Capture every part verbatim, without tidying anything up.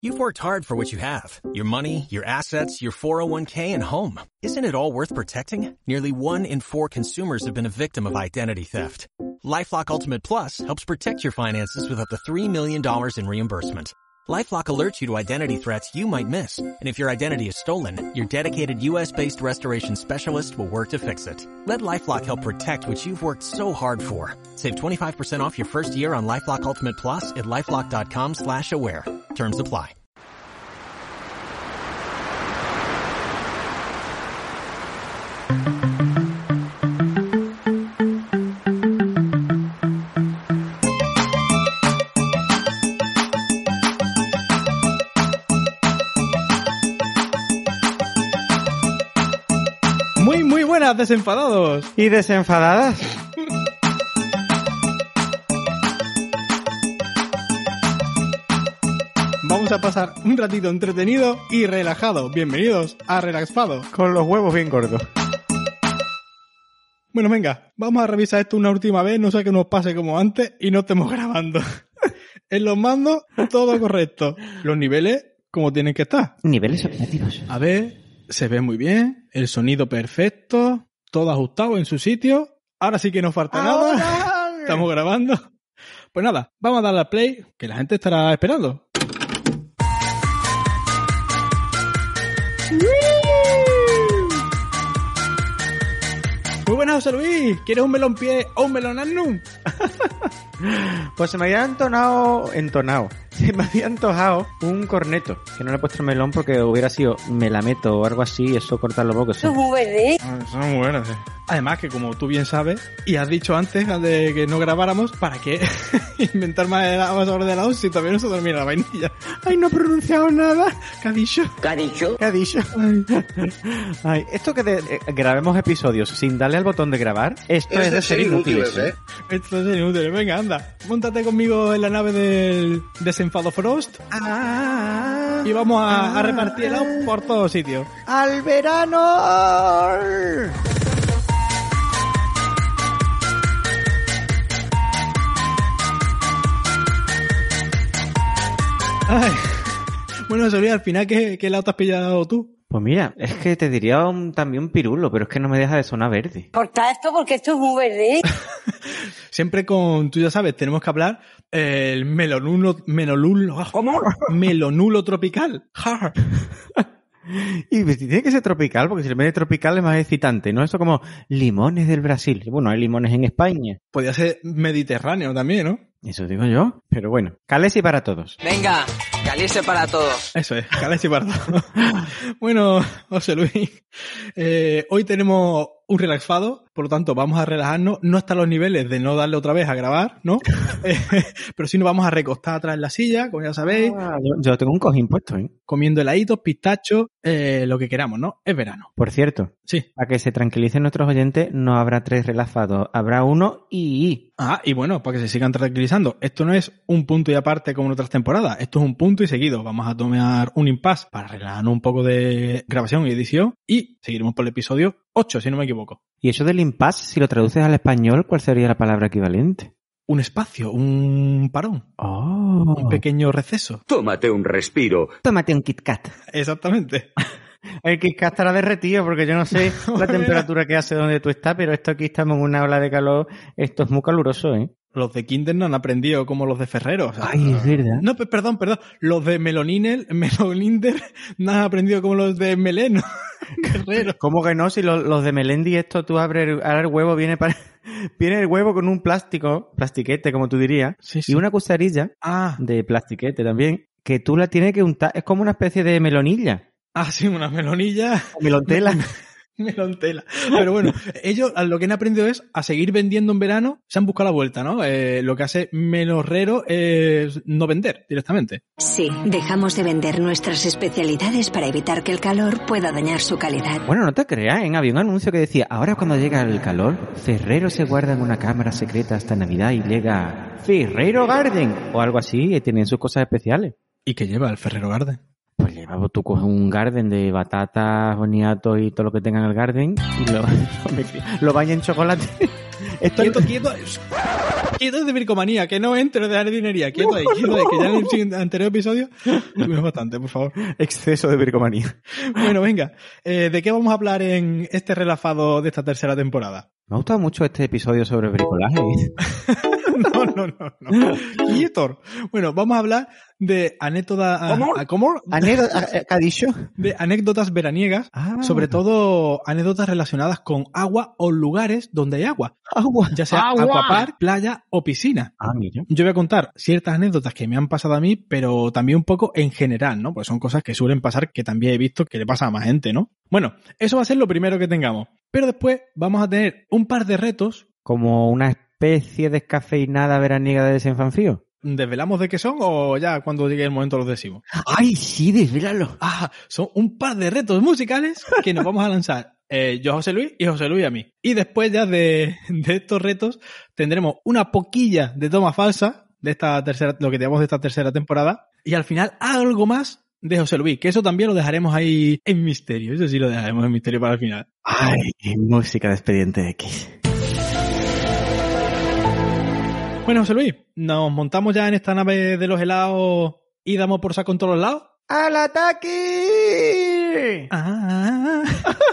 You've worked hard for what you have. Your money, your assets, your four oh one k, and home. Isn't it all worth protecting? Nearly one in four consumers have been a victim of identity theft. LifeLock Ultimate Plus helps protect your finances with up to three million dollars in reimbursement. LifeLock alerts you to identity threats you might miss. And if your identity is stolen, your dedicated U S-based restoration specialist will work to fix it. Let LifeLock help protect what you've worked so hard for. Save twenty-five percent off your first year on LifeLock Ultimate Plus at LifeLock.com slash aware. Terms apply. Muy, muy buenas, desenfadados. ¿Y desenfadadas? Vamos a pasar un ratito entretenido y relajado. Bienvenidos a Relaxfado. Con los huevos bien gordos. Bueno, venga, vamos a revisar esto una última vez, no sea que nos pase como antes y no estemos grabando. En los mandos, todo correcto. Los niveles, como tienen que estar. Niveles operativos. A ver, se ve muy bien, el sonido perfecto, todo ajustado en su sitio. Ahora sí que no falta ¡Ahora! nada. Estamos grabando. Pues nada, vamos a darle a play, que la gente estará esperando. Muy buenas, José Luis. ¿Quieres un melón pie o un melón annum? Pues se me había entonado, entonado, se me había antojado un corneto, que no le he puesto melón porque hubiera sido melameto o algo así, eso cortarlo poco. Eso es muy verde. Ah, son buenas, sí. Además que como tú bien sabes, y has dicho antes de que no grabáramos, ¿para qué inventar más, más sobre de helado si todavía no se dormía la vainilla? Ay, no he pronunciado nada. ¿Qué ha dicho? ¿Qué ha dicho? ¿Qué ha dicho? Ay, Ay esto que de, eh, grabemos episodios sin darle al botón de grabar, esto es, es de ser inútiles, ¿eh? Esto es de ser inútiles. Venga, anda, móntate conmigo en la nave del desenfado Frost. Ah, y vamos a, ah, a repartir helado por todos sitios. ¡Al verano! Ay. Bueno, José Luis, al final, ¿qué, qué helado te has pillado tú? Pues mira, es que te diría un, también un pirulo, pero es que no me deja de sonar verde. Corta esto porque esto es muy verde. Siempre con, tú ya sabes, tenemos que hablar eh, el melonulo, melonulo, ¿Cómo? Melonulo tropical. Y tiene que ser tropical, porque si el medio tropical es más excitante, ¿no? Eso como limones del Brasil. Bueno, hay limones en España. Podría ser mediterráneo también, ¿no? Eso digo yo. Pero bueno, Calesi para todos. Venga, Calesi para todos. Eso es, Calesi para todos. Bueno, José Luis, eh, hoy tenemos un relaxado, por lo tanto vamos a relajarnos, no hasta los niveles de no darle otra vez a grabar, ¿no? eh, pero sí nos vamos a recostar atrás en la silla, como ya sabéis. Ah, yo, yo tengo un cojín puesto, ¿eh? Comiendo heladitos, pistachos, eh, lo que queramos, ¿no? Es verano. Por cierto, sí. Para que se tranquilicen nuestros oyentes, no habrá tres relaxados, habrá uno y... Ah, y bueno, para que se sigan tranquilizando, esto no es un punto y aparte como en otras temporadas, esto es un punto y seguido. Vamos a tomar un impasse para relajarnos un poco de grabación y edición y seguiremos por el episodio ocho, si no me equivoco. Y eso del impasse, si lo traduces al español, ¿cuál sería la palabra equivalente? Un espacio, un parón. Oh. Un pequeño receso. Tómate un respiro. Tómate un Kit Kat. Exactamente. El Kit Kat estará derretido porque yo no sé la temperatura que hace donde tú estás, pero esto aquí estamos en una ola de calor. Esto es muy caluroso, ¿eh? Los de Kinder no han aprendido como los de Ferrero. O sea, Ay, es verdad. No, perdón, perdón. Los de Meloniner, Meloninder no han aprendido como los de Meleno. Ferrero. ¿Cómo que no? Si los, los de Melendi, esto tú abres, ahora el huevo viene para... Viene el huevo con un plástico, plastiquete, como tú dirías, sí, sí. Y una cucharilla ah. de plastiquete también, que tú la tienes que untar. Es como una especie de melonilla. Ah, sí, una melonilla. O melontela. Melontela. Pero bueno, ellos lo que han aprendido es a seguir vendiendo en verano, se han buscado la vuelta, ¿no? Eh, lo que hace Menorrero es no vender directamente. Sí, dejamos de vender nuestras especialidades para evitar que el calor pueda dañar su calidad. Bueno, no te creas, ¿eh? Había un anuncio que decía, ahora cuando llega el calor, Ferrero se guarda en una cámara secreta hasta Navidad y llega Ferrero Garden o algo así, y tienen sus cosas especiales. ¿Y qué lleva el Ferrero Garden? Pues lleva, tú coges un garden de batatas, boniatos y todo lo que tenga en el garden y lo, lo bañas en chocolate. Esto quieto, quieto. Quieto de bricomanía, que no entre de jardinería. Quieto ahí, quieto ahí, que ya en el anterior episodio tuvimos bastante, por favor. Exceso de bricomanía. Bueno, venga. Eh, ¿De qué vamos a hablar en este relajado de esta tercera temporada? Me ha gustado mucho este episodio sobre bricolaje. No, no, no, no. Quieto. Bueno, vamos a hablar de anécdotas... ¿Cómo? ¿Cómo? ¿Anécdota? ¿Qué ha dicho? De anécdotas veraniegas, Ah. sobre todo anécdotas relacionadas con agua o lugares donde hay agua. Agua. Ya sea Agua. aquapark, playa o piscina. Ah, mira. Yo voy a contar ciertas anécdotas que me han pasado a mí, pero también un poco en general, ¿no? Pues son cosas que suelen pasar que también he visto que le pasa a más gente, ¿no? Bueno, eso va a ser lo primero que tengamos. Pero después vamos a tener un par de retos. Como una especie de descafeinada veraniega de desenfanfío. ¿Desvelamos de qué son o ya cuando llegue el momento los decimos? ¡Ay, sí, desvelalo! Ah, son un par de retos musicales que nos vamos a lanzar. Eh, yo, José Luis, y José Luis a mí. Y después ya de, de estos retos tendremos una poquilla de toma falsa de esta tercera, lo que tenemos de esta tercera temporada. Y al final algo más de José Luis, que eso también lo dejaremos ahí en misterio. Eso sí lo dejaremos en misterio para el final. ¡Ay, música de Expediente X! Bueno, José Luis, nos montamos ya en esta nave de los helados y damos por saco en todos los lados. ¡Al ataque! Ah.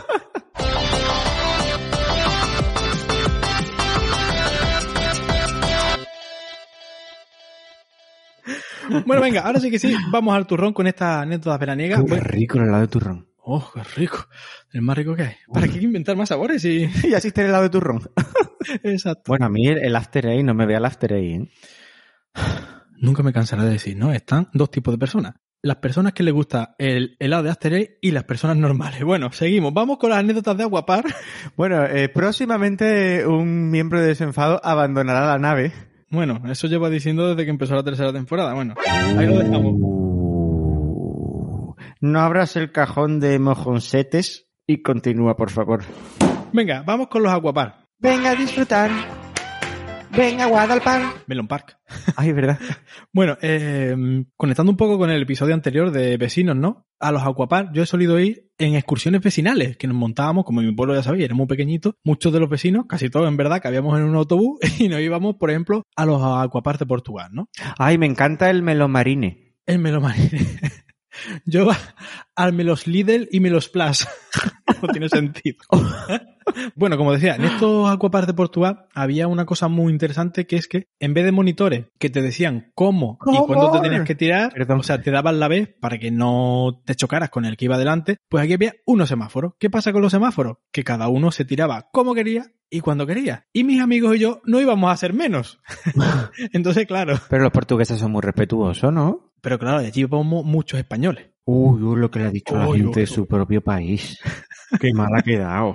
Bueno, venga, ahora sí que sí, vamos al turrón con esta anécdota veraniega. ¡Qué rico el helado de turrón! ¡Oh, qué rico! El más rico que hay. ¿Para qué inventar más sabores? Y... Y así está el helado de turrón. Exacto. Bueno, a mí el, el After Eight no me vea el After Eight, ¿eh? Nunca me cansaré de decir, ¿no? Están dos tipos de personas. Las personas que les gusta el helado de After Eight y las personas normales. Bueno, seguimos. Vamos con las anécdotas de Aquapar. Bueno, eh, próximamente un miembro de Desenfado abandonará la nave. Bueno, eso llevo diciendo desde que empezó la tercera temporada. Bueno, ahí lo dejamos. Uh, no abras el cajón de mojonsetes y continúa, por favor. Venga, vamos con los Aquapar. Venga a disfrutar. Venga, Guadalpan. Melon Park. Ay, verdad. Bueno, eh, conectando un poco con el episodio anterior de vecinos, ¿no? A los Aquapar yo he solido ir en excursiones vecinales que nos montábamos, como en mi pueblo ya sabéis, era muy pequeñito. Muchos de los vecinos, casi todos en verdad, que habíamos en un autobús y nos íbamos, por ejemplo, a los Aquapar de Portugal, ¿no? Ay, me encanta el melomarine. El melomarine. Yo al Melos Lidl y Melos Plus. No tiene sentido. Bueno, como decía, en estos Aquapar de Portugal había una cosa muy interesante, que es que en vez de monitores que te decían cómo, ¿Cómo? y cuándo te tenías que tirar, Perdón. o sea, te daban la vez para que no te chocaras con el que iba delante, pues aquí había unos semáforos. ¿Qué pasa con los semáforos? Que cada uno se tiraba como quería y cuando quería. Y mis amigos y yo no íbamos a hacer menos. Entonces, claro. Pero los portugueses son muy respetuosos, ¿no? Pero claro, allí íbamos muchos españoles. Uy, uy, lo que le ha dicho a la Uy, gente uy, de su propio país. Qué mal ha quedado.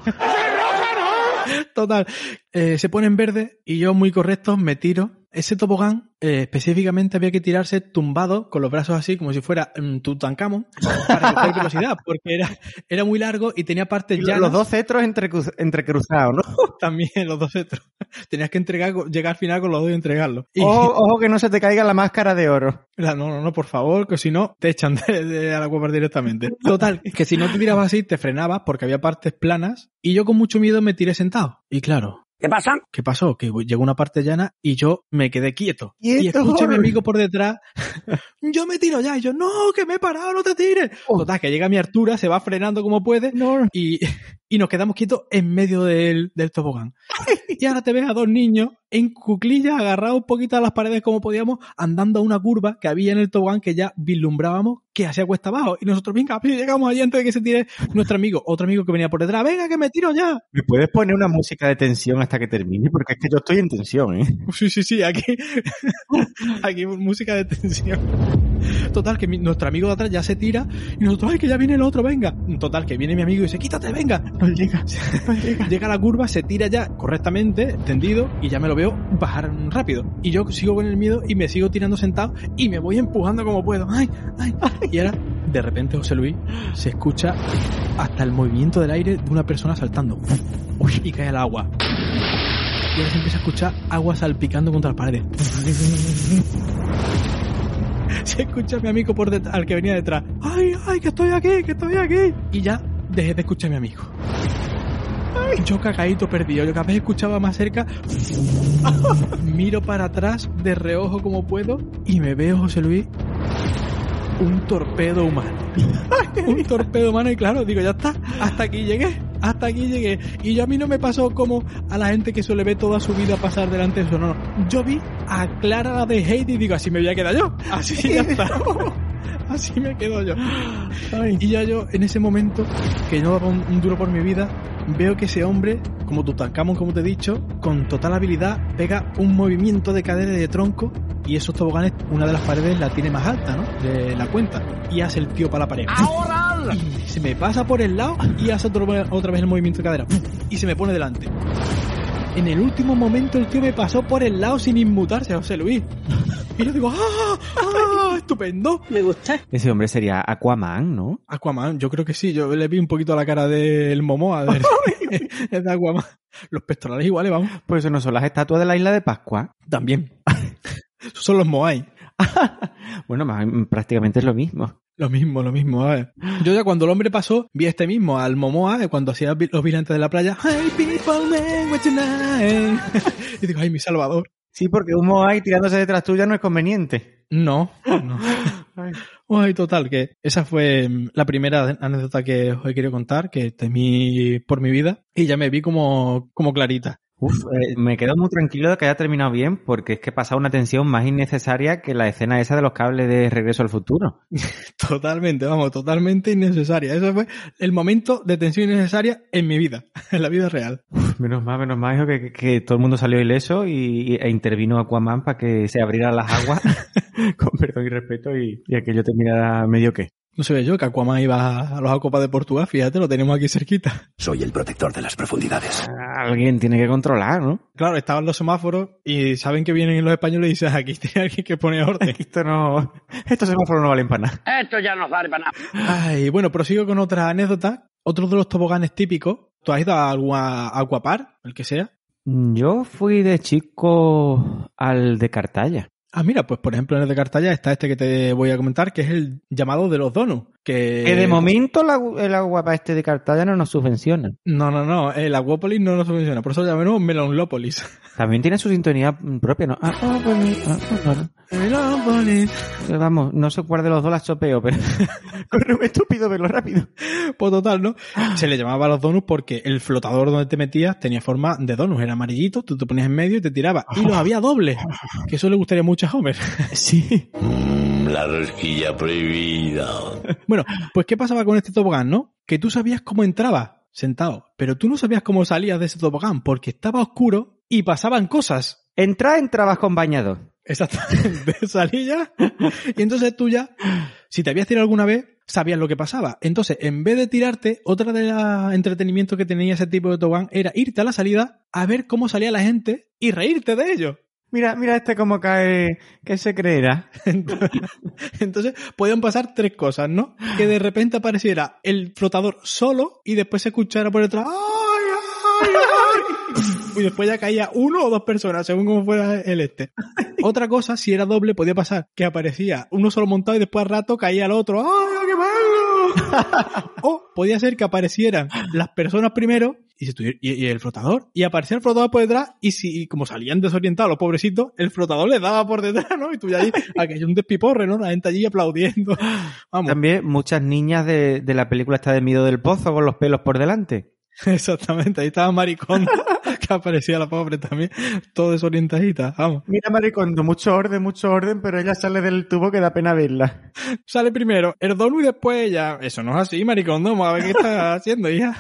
Total, eh, se pone en verde y yo muy correcto me tiro. Ese tobogán eh, específicamente había que tirarse tumbado con los brazos así como si fuera um, Tutankamón para coger velocidad porque era, era muy largo y tenía partes llanas. Los dos cetros entrecruz- entrecruzados, ¿no? También los dos cetros. Tenías que entregar, llegar al final con los dos y entregarlos. Y, Ojo, ojo que no se te caiga la máscara de oro. no, no, no, por favor, que si no te echan de, de a la Aquapar directamente. Total, que si no te tirabas así te frenabas porque había partes planas y yo con mucho miedo me tiré sentado. Y claro, ¿Qué pasa? ¿qué pasó? Que llegó una parte llana y yo me quedé quieto. ¡Quieto! Y escuché a mi amigo por detrás, yo me tiro ya. Y yo, no, que me he parado, no te tires. Total, que llega a mi altura, se va frenando como puede y, y nos quedamos quietos en medio del, del tobogán. Y ahora te ves a dos niños en cuclillas, agarrados un poquito a las paredes como podíamos, andando a una curva que había en el tobogán que ya vislumbrábamos que hacía cuesta abajo. Y nosotros, venga, llegamos allí antes de que se tire nuestro amigo. Otro amigo que venía por detrás, venga, que me tiro ya. ¿Me puedes poner una música de tensión hasta que termine? Porque es que yo estoy en tensión, ¿eh? Sí, sí, sí, aquí, aquí música de tensión. Total, que mi, nuestro amigo de atrás ya se tira y nosotros, ay, que ya viene el otro, venga. Total, que viene mi amigo y dice, quítate, venga. No llega, no llega. Llega a la curva, se tira ya correctamente, tendido, y ya me lo veo bajar rápido. Y yo sigo con el miedo y me sigo tirando sentado y me voy empujando como puedo. Ay, ay, ay. Y ahora, de repente, José Luis, se escucha hasta el movimiento del aire de una persona saltando. Uy, y cae al agua. Y ahora se empieza a escuchar agua salpicando contra las paredes. Se escucha a mi amigo por detrás, al que venía detrás. ¡Ay, ay, que estoy aquí, que estoy aquí! Y ya dejé de escuchar a mi amigo. Yo cagadito perdido. Yo cada vez escuchaba más cerca. Miro para atrás de reojo como puedo y me veo, José Luis, un torpedo humano. Un torpedo humano y claro, digo, ya está. Hasta aquí llegué. Hasta aquí llegué. Y yo a mí no me pasó como a la gente que suele ver toda su vida pasar delante de eso. No, no. Yo vi a Clara la de Heidi y digo, así me voy a quedar yo. Así ya está. Así me quedo yo. Ay. Y ya yo, en ese momento, que no daba un, un duro por mi vida, veo que ese hombre, como Tutankamón, como te he dicho, con total habilidad, pega un movimiento de cadera y de tronco, y esos toboganes, una de las paredes la tiene más alta, ¿no? De la cuenta. Y hace el tío para la pared. ¡Ahora! Y se me pasa por el lado y hace otro, otra vez el movimiento de cadera. Y se me pone delante. En el último momento el tío me pasó por el lado sin inmutarse, José Luis. Y yo digo, ¡ah! ¡Ah! ¡Estupendo! Me gusta. Ese hombre sería Aquaman, ¿no? Aquaman, yo creo que sí. Yo le vi un poquito la cara del Momoa. De, de Aquaman. Los pectorales iguales, vamos. Pues eso no son las estatuas de la isla de Pascua. También. Esos son los Moai. Bueno, más, prácticamente es lo mismo. Lo mismo, lo mismo, a ver. Yo ya cuando el hombre pasó, vi a este mismo, al Momoa, cuando hacía los vigilantes de la playa. Hey, people, man, what you like? Y digo, ay, mi salvador. Sí, porque un Moai tirándose detrás tuya no es conveniente. No, no. Ay, total, que esa fue la primera anécdota que os he querido contar, que temí por mi vida, y ya me vi como, como clarita. Uf, eh, me quedo muy tranquilo de que haya terminado bien, porque es que he pasado una tensión más innecesaria que la escena esa de los cables de Regreso al Futuro. Totalmente, vamos, totalmente innecesaria. Ese fue el momento de tensión innecesaria en mi vida, en la vida real. Uf, menos mal, menos mal, hijo, que, que, que todo el mundo salió ileso y, e intervino Aquaman para que se abrieran las aguas, con perdón y respeto, y, y aquello terminara medio que. No se ve yo que Aquaman iba a los Acopas de Portugal, fíjate, lo tenemos aquí cerquita. Soy el protector de las profundidades. Alguien tiene que controlar, ¿no? Claro, estaban los semáforos y saben que vienen los españoles y dicen, aquí tiene alguien que pone orden. Esto no... Estos semáforos no valen para nada. Esto ya no vale para nada. Ay, bueno, prosigo con otra anécdota. Otro de los toboganes típicos. ¿Tú has ido a algún Aquapar, el que sea? Yo fui de chico al de Cartaya. Ah, mira, pues por ejemplo en el de Cartaya está este que te voy a comentar, que es el llamado de los donuts. Que, que de momento la, el agua para este de Cartaya no nos subvenciona. No, no, no, el Aguapolis no nos subvenciona, por eso llamamos Melonlópolis. También tiene su sintonía propia, ¿no? Aguapolis, Aguapolis. Melonlópolis. Vamos, no sé cuál de los dos la chopeo, pero corre un estúpido, verlo rápido. Pues total, ¿no? Se le llamaba a los donuts porque el flotador donde te metías tenía forma de donuts, era amarillito, tú te ponías en medio y te tirabas. Y los había dobles, que eso le gustaría mucho a Homer. Sí. Mm, la rosquilla prohibida. Bueno, pues ¿qué pasaba con este tobogán, no? Que tú sabías cómo entrabas sentado, pero tú no sabías cómo salías de ese tobogán porque estaba oscuro y pasaban cosas. Entra, entrabas con bañador. Exactamente, salías y entonces tú ya, si te habías tirado alguna vez, sabías lo que pasaba. Entonces, en vez de tirarte, otra de los entretenimientos que tenía ese tipo de tobogán era irte a la salida a ver cómo salía la gente y reírte de ellos. Mira, mira este cómo cae, que se creerá. Entonces, podían pasar tres cosas, ¿no? Que de repente apareciera el flotador solo y después se escuchara por detrás ¡ay, ay, ay! Y después ya caía uno o dos personas, según cómo fuera el este. Otra cosa, si era doble, podía pasar que aparecía uno solo montado y después al rato caía el otro. ¡Ay, qué malo! O podía ser que aparecieran las personas primero y, se y, y el flotador, y aparecía el flotador por detrás, y si y como salían desorientados los pobrecitos, el flotador les daba por detrás, ¿no? Y tú ya ahí, aquí hay un despiporre, ¿no? La gente allí aplaudiendo. Vamos. También muchas niñas de, de la película esta de Miedo del Pozo con los pelos por delante. Exactamente, ahí estaba Maricondo, que aparecía la pobre también, todo desorientadita, vamos. Mira Maricondo, mucho orden, mucho orden, pero ella sale del tubo que da pena verla. Sale primero el donut y después ella. Eso no es así, Maricondo, vamos a ver qué está haciendo, hija.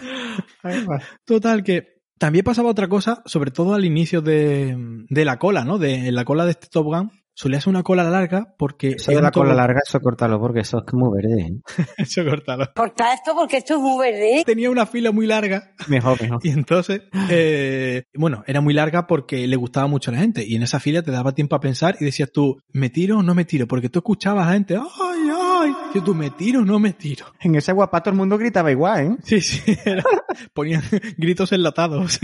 Total, que también pasaba otra cosa, sobre todo al inicio de, de la cola, ¿no? De la cola de este Top Gun. Solía ser una cola larga porque... Eso de la cola larga, eso córtalo porque eso es muy verde, ¿eh? Eso córtalo. Corta esto porque esto es muy verde. Tenía una fila muy larga. Mejor, mejor. Y entonces, eh, bueno, era muy larga porque le gustaba mucho a la gente. Y en esa fila te daba tiempo a pensar y decías tú, ¿me tiro o no me tiro? Porque tú escuchabas a la gente, ¡ay, ay! Y tú, ¿me tiro o no me tiro? En ese guapato el mundo gritaba igual, ¿eh? Sí, sí. Era, ponían gritos enlatados.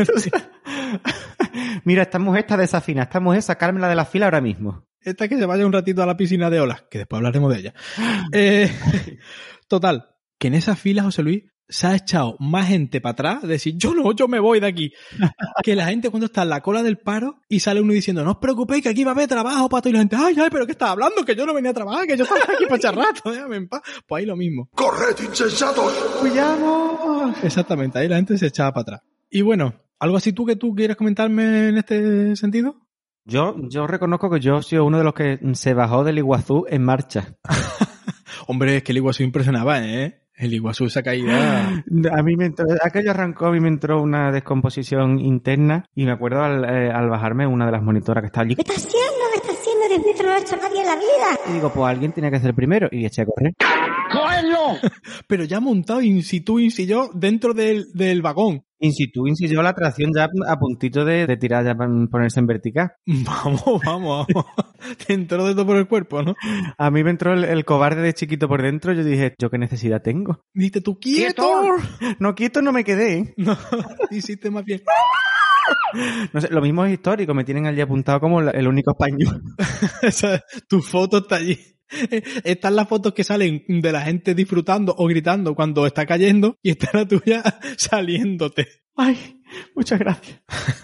Mira, esta mujer está desafinada. Esta mujer, sacármela de la fila ahora mismo. Esta que se vaya un ratito a la piscina de olas, que después hablaremos de ella. Eh, total, que en esa fila, José Luis, se ha echado más gente para atrás, decir, yo no, yo me voy de aquí, que la gente cuando está en la cola del paro y sale uno diciendo, no os preocupéis que aquí va a haber trabajo, pato, y la gente, ay, ay, pero ¿qué estás hablando? Que yo no venía a trabajar, que yo estaba aquí para echar rato, déjame en paz. Pues ahí lo mismo. ¡Corred, insensatos! ¡Huyamos! Exactamente, ahí la gente se echaba para atrás. Y bueno, ¿algo así tú que tú quieras comentarme en este sentido? Yo, yo reconozco que yo he sido uno de los que se bajó del Iguazú en marcha. Hombre, es que el Iguazú impresionaba, ¿eh? El Iguazú, esa caída... A mí me entró, aquello arrancó, a mí me entró una descomposición interna y me acuerdo al, eh, al bajarme una de las monitoras que estaba allí. ¿Qué está haciendo? ¿Qué está haciendo? Esto no lo ha hecho nadie en la vida. Y digo, pues alguien tiene que ser el primero y eché a correr. ¡Coño! Pero ya montado in situ, in si yo, dentro del, del vagón. In situ, in situ, la tracción ya a puntito de, de tirar ya para ponerse en vertical. Vamos, vamos, vamos. Te entró de todo por el cuerpo, ¿no? A mí me entró el, el cobarde de chiquito por dentro. Yo dije, ¿yo qué necesidad tengo? Dijiste tú, ¡quieto! No, quieto no me quedé, ¿eh? No, hiciste más bien. No sé, lo mismo es histórico. Me tienen allí apuntado como el único español. Esa, tu foto está allí. Están las fotos que salen de la gente disfrutando o gritando cuando está cayendo y está la tuya saliéndote. Ay, muchas gracias.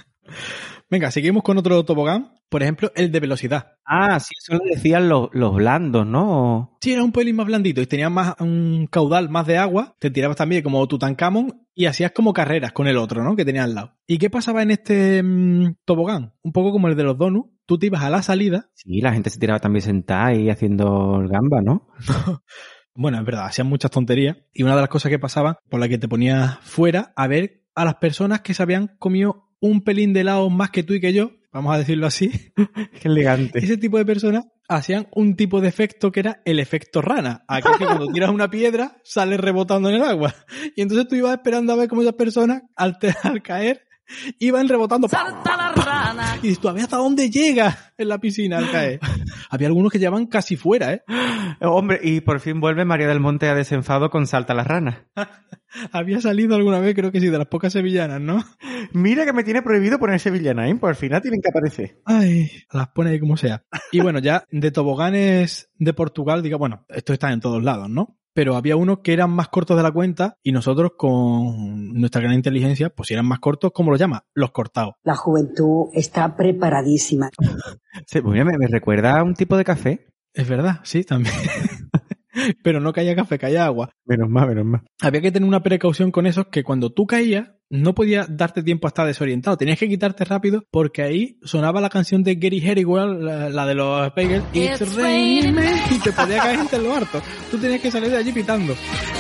Venga, seguimos con otro tobogán. Por ejemplo, el de velocidad. Ah, sí, eso lo decían los, los blandos, ¿no? Sí, era un pelín más blandito y tenía más un caudal más de agua. Te tirabas también como Tutankamón y hacías como carreras con el otro, ¿no? Que tenía al lado. ¿Y qué pasaba en este mmm, tobogán? Un poco como el de los donuts. Tú te ibas a la salida. Sí, la gente se tiraba también sentada y haciendo el gamba, ¿no? Bueno, es verdad, hacían muchas tonterías. Y una de las cosas que pasaba, por la que te ponías fuera a ver a las personas que se habían comido un pelín de helado más que tú y que yo, vamos a decirlo así. Qué elegante. Ese tipo de personas hacían un tipo de efecto que era el efecto rana. Aquel que cuando tiras una piedra sale rebotando en el agua. Y entonces tú ibas esperando a ver cómo esas personas, al, te- al caer, iban rebotando. ¡Salta la rana! Y dices, tú, a ver hasta dónde llega en la piscina al caer. Había algunos que llevaban casi fuera, ¿eh? Hombre, y por fin vuelve María del Monte a desenfado con Salta la rana. Había salido alguna vez, creo que sí, de las pocas sevillanas, ¿no? Mira que me tiene prohibido poner sevillana, ¿eh? Por al final tienen que aparecer. Ay, las pone ahí como sea. Y bueno, ya de toboganes de Portugal, diga, bueno, esto está en todos lados, ¿no? Pero había unos que eran más cortos de la cuenta y nosotros con nuestra gran inteligencia, pues si eran más cortos, ¿cómo lo llama? Los cortados. La juventud está preparadísima. Sí, pues mira, me, me recuerda a un tipo de café. Es verdad, sí, también. Pero no caía café, caía agua. Menos mal, menos mal. Había que tener una precaución con esos que cuando tú caías no podías darte tiempo a estar desorientado. Tenías que quitarte rápido porque ahí sonaba la canción de Gary Heriwell, la, la de los Pagels, It's, It's raining men, y te podía caer gente en lo harto. Tú tenías que salir de allí pitando.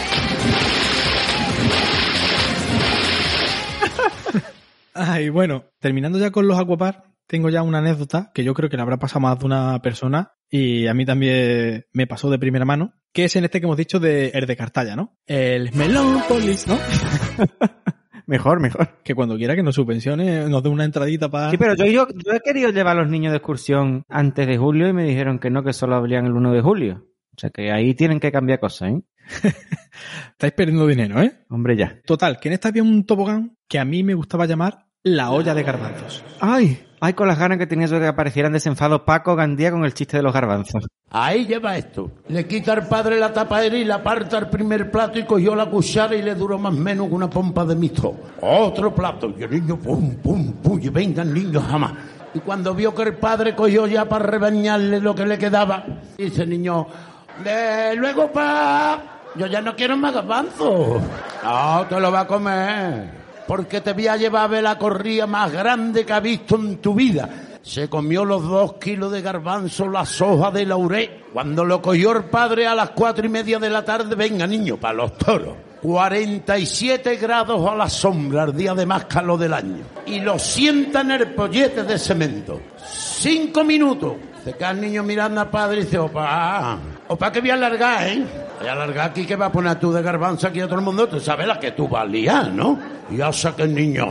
Ay, bueno, terminando ya con los aquapark, tengo ya una anécdota que yo creo que le habrá pasado más de una persona y a mí también me pasó de primera mano, que es en este que hemos dicho de el de Cartaya, ¿no? El Melópolis, ¿no? Mejor, mejor. Que cuando quiera que nos subvencione, nos dé una entradita para... Sí, pero yo, yo, yo he querido llevar a los niños de excursión antes de julio y me dijeron que no, que solo abrían el uno de julio. O sea que ahí tienen que cambiar cosas, ¿eh? Estáis perdiendo dinero, ¿eh? Hombre, ya. Total, que en esta había un tobogán que a mí me gustaba llamar la olla de garbanzos. ¡Ay! Ay, con las ganas que tenía yo de que aparecieran desenfados Paco Gandía con el chiste de los garbanzos. Ahí lleva esto. Le quita al padre la tapadera y la aparta al primer plato y cogió la cuchara y le duró más o menos que una pompa de misto. Otro plato. Y el niño, pum, pum, pum, y vengan niños jamás. Y cuando vio que el padre cogió ya para rebañarle lo que le quedaba, dice el niño, de luego pa, yo ya no quiero más garbanzos. No, te lo va a comer. Porque te voy a llevar a ver la corrida más grande que has visto en tu vida. Se comió los dos kilos de garbanzo, las hojas de laurel. Cuando lo cogió el padre a las cuatro y media de la tarde, venga niño, para los toros. cuarenta y siete grados a la sombra, el día de más calor del año. Y lo sienta en el pollete de cemento. Cinco minutos. Se queda el niño mirando al padre y dice, opa, opa que voy a alargar, ¿eh? Voy a alargar aquí, que va a poner tú de garbanzo aquí a todo el mundo. Tú sabes la que tú vas a liar, ¿no? Y hasta que el niño...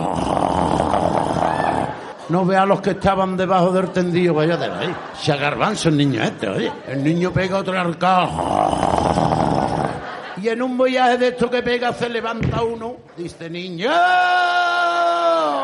No vea a los que estaban debajo del tendido, vaya de ahí. Se agarbanza el niño este, oye. El niño pega otro arcado. Y en un viaje de esto que pega se levanta uno. Dice, niño,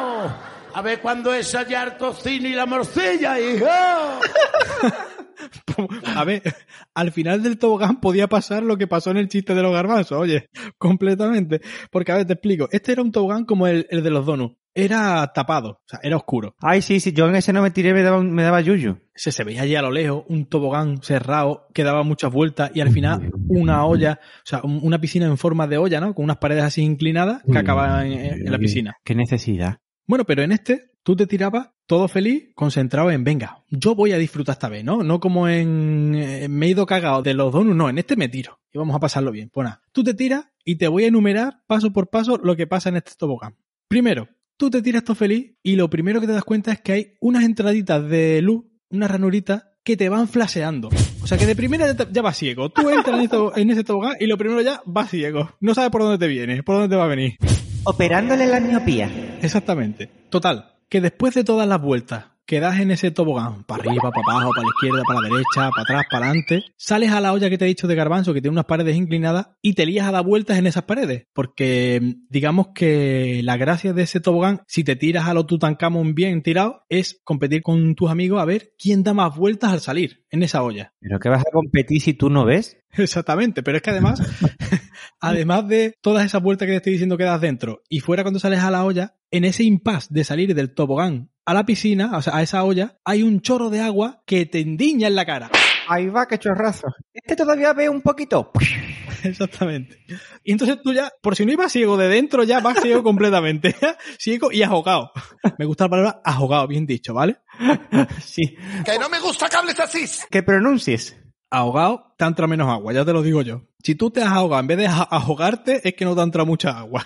a ver cuándo es hallar tocino y la morcilla, hijo. como, a ver, al final del tobogán podía pasar lo que pasó en el chiste de los garbanzos, oye, completamente. Porque, a ver, te explico. Este era un tobogán como el, el de los donuts. Era tapado, o sea, era oscuro. Ay, sí, sí, yo en ese no me tiré, me daba, me daba yuyu. Se, se veía allí a lo lejos un tobogán cerrado que daba muchas vueltas y al final una olla, o sea, un, una piscina en forma de olla, ¿no? Con unas paredes así inclinadas que acababan en, en la piscina. Qué necesidad. Bueno, pero en este tú te tirabas todo feliz, concentrado en, venga, yo voy a disfrutar esta vez, ¿no? No como en, en me he ido cagado de los donuts, no, en este me tiro y vamos a pasarlo bien. Pues nada, tú te tiras y te voy a enumerar paso por paso lo que pasa en este tobogán. Primero, tú te tiras todo feliz y lo primero que te das cuenta es que hay unas entraditas de luz, unas ranuritas que te van flasheando. O sea que de primera ya, te, ya vas ciego. Tú entras en, esto, en ese tobogán y lo primero ya vas ciego. No sabes por dónde te viene, por dónde te va a venir. Operándole la miopía. Exactamente. Total, que después de todas las vueltas que das en ese tobogán, para arriba, para abajo, para la izquierda, para la derecha, para atrás, para adelante, sales a la olla que te he dicho de garbanzo, que tiene unas paredes inclinadas, y te lías a dar vueltas en esas paredes. Porque digamos que la gracia de ese tobogán, si te tiras a lo Tutankamón bien tirado, es competir con tus amigos a ver quién da más vueltas al salir en esa olla. ¿Pero qué vas a competir si tú no ves? Exactamente, pero es que además, además de todas esas vueltas que te estoy diciendo que das dentro, y fuera cuando sales a la olla, en ese impasse de salir del tobogán a la piscina, o sea, a esa olla, hay un chorro de agua que te endiña en la cara. Ahí va, qué chorrazo. Este todavía ve un poquito. Exactamente. Y entonces tú ya, por si no ibas ciego de dentro, ya vas ciego completamente. Ciego y ahogado. Me gusta la palabra ahogado, bien dicho, ¿vale? Sí. ¡Que no me gusta que hables así! Que pronuncies. Ahogado te entra menos agua, ya te lo digo yo. Si tú te has ahogado en vez de ahogarte, es que no te entra mucha agua.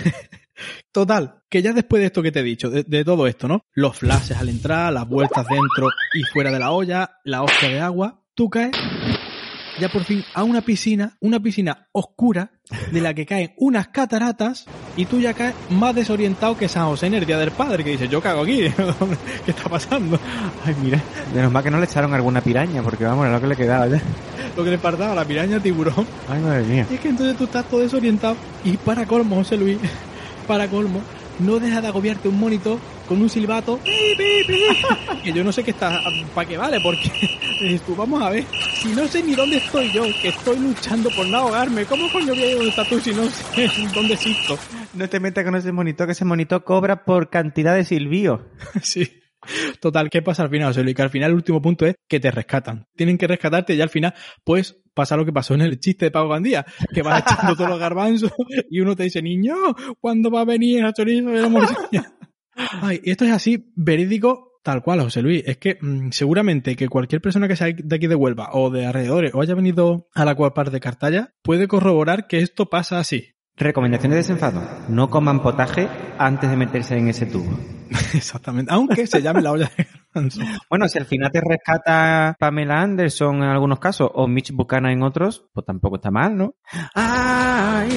Total, que ya después de esto que te he dicho, de, de todo esto, ¿no? Los flashes al entrar, las vueltas dentro y fuera de la olla, la hostia de agua, tú caes ya por fin a una piscina, una piscina oscura de la que caen unas cataratas y tú ya caes más desorientado que San José en el Día del Padre, que dice, yo cago aquí, ¿qué está pasando? Ay, mira, menos mal que no le echaron alguna piraña, porque vamos, era lo que le quedaba ya. Lo que le faltaba, la piraña tiburón. Ay, madre mía. Y es que entonces tú estás todo desorientado y para colmo, José Luis, para colmo, no deja de agobiarte un monitor con un silbato ¡pi, pi, pi! Que yo no sé qué está, para qué vale, porque dices tú, vamos a ver, si no sé ni dónde estoy yo, que estoy luchando por no ahogarme, ¿cómo coño voy a ir donde estás tú si no sé dónde existo? No te metas con ese monitor, que ese monitor cobra por cantidad de silbío. Sí. Total, ¿qué pasa al final, José Luis? Que al final el último punto es que te rescatan. Tienen que rescatarte y al final, pues, pasa lo que pasó en el chiste de Paco Gandía, que vas echando todos los garbanzos y uno te dice, niño, ¿cuándo va a venir el chorizo de la morcilla? Ay, y esto es así, verídico, tal cual, José Luis. Es que mmm, seguramente que cualquier persona que sea de aquí de Huelva o de alrededores o haya venido a la Aquapar de Cartaya puede corroborar que esto pasa así. Recomendaciones de desenfado. No coman potaje antes de meterse en ese tubo. Exactamente. Aunque se llame la olla de garbanzo. Bueno, si al final te rescata Pamela Anderson en algunos casos o Mitch Buchanan en otros, pues tampoco está mal, ¿no? Ay,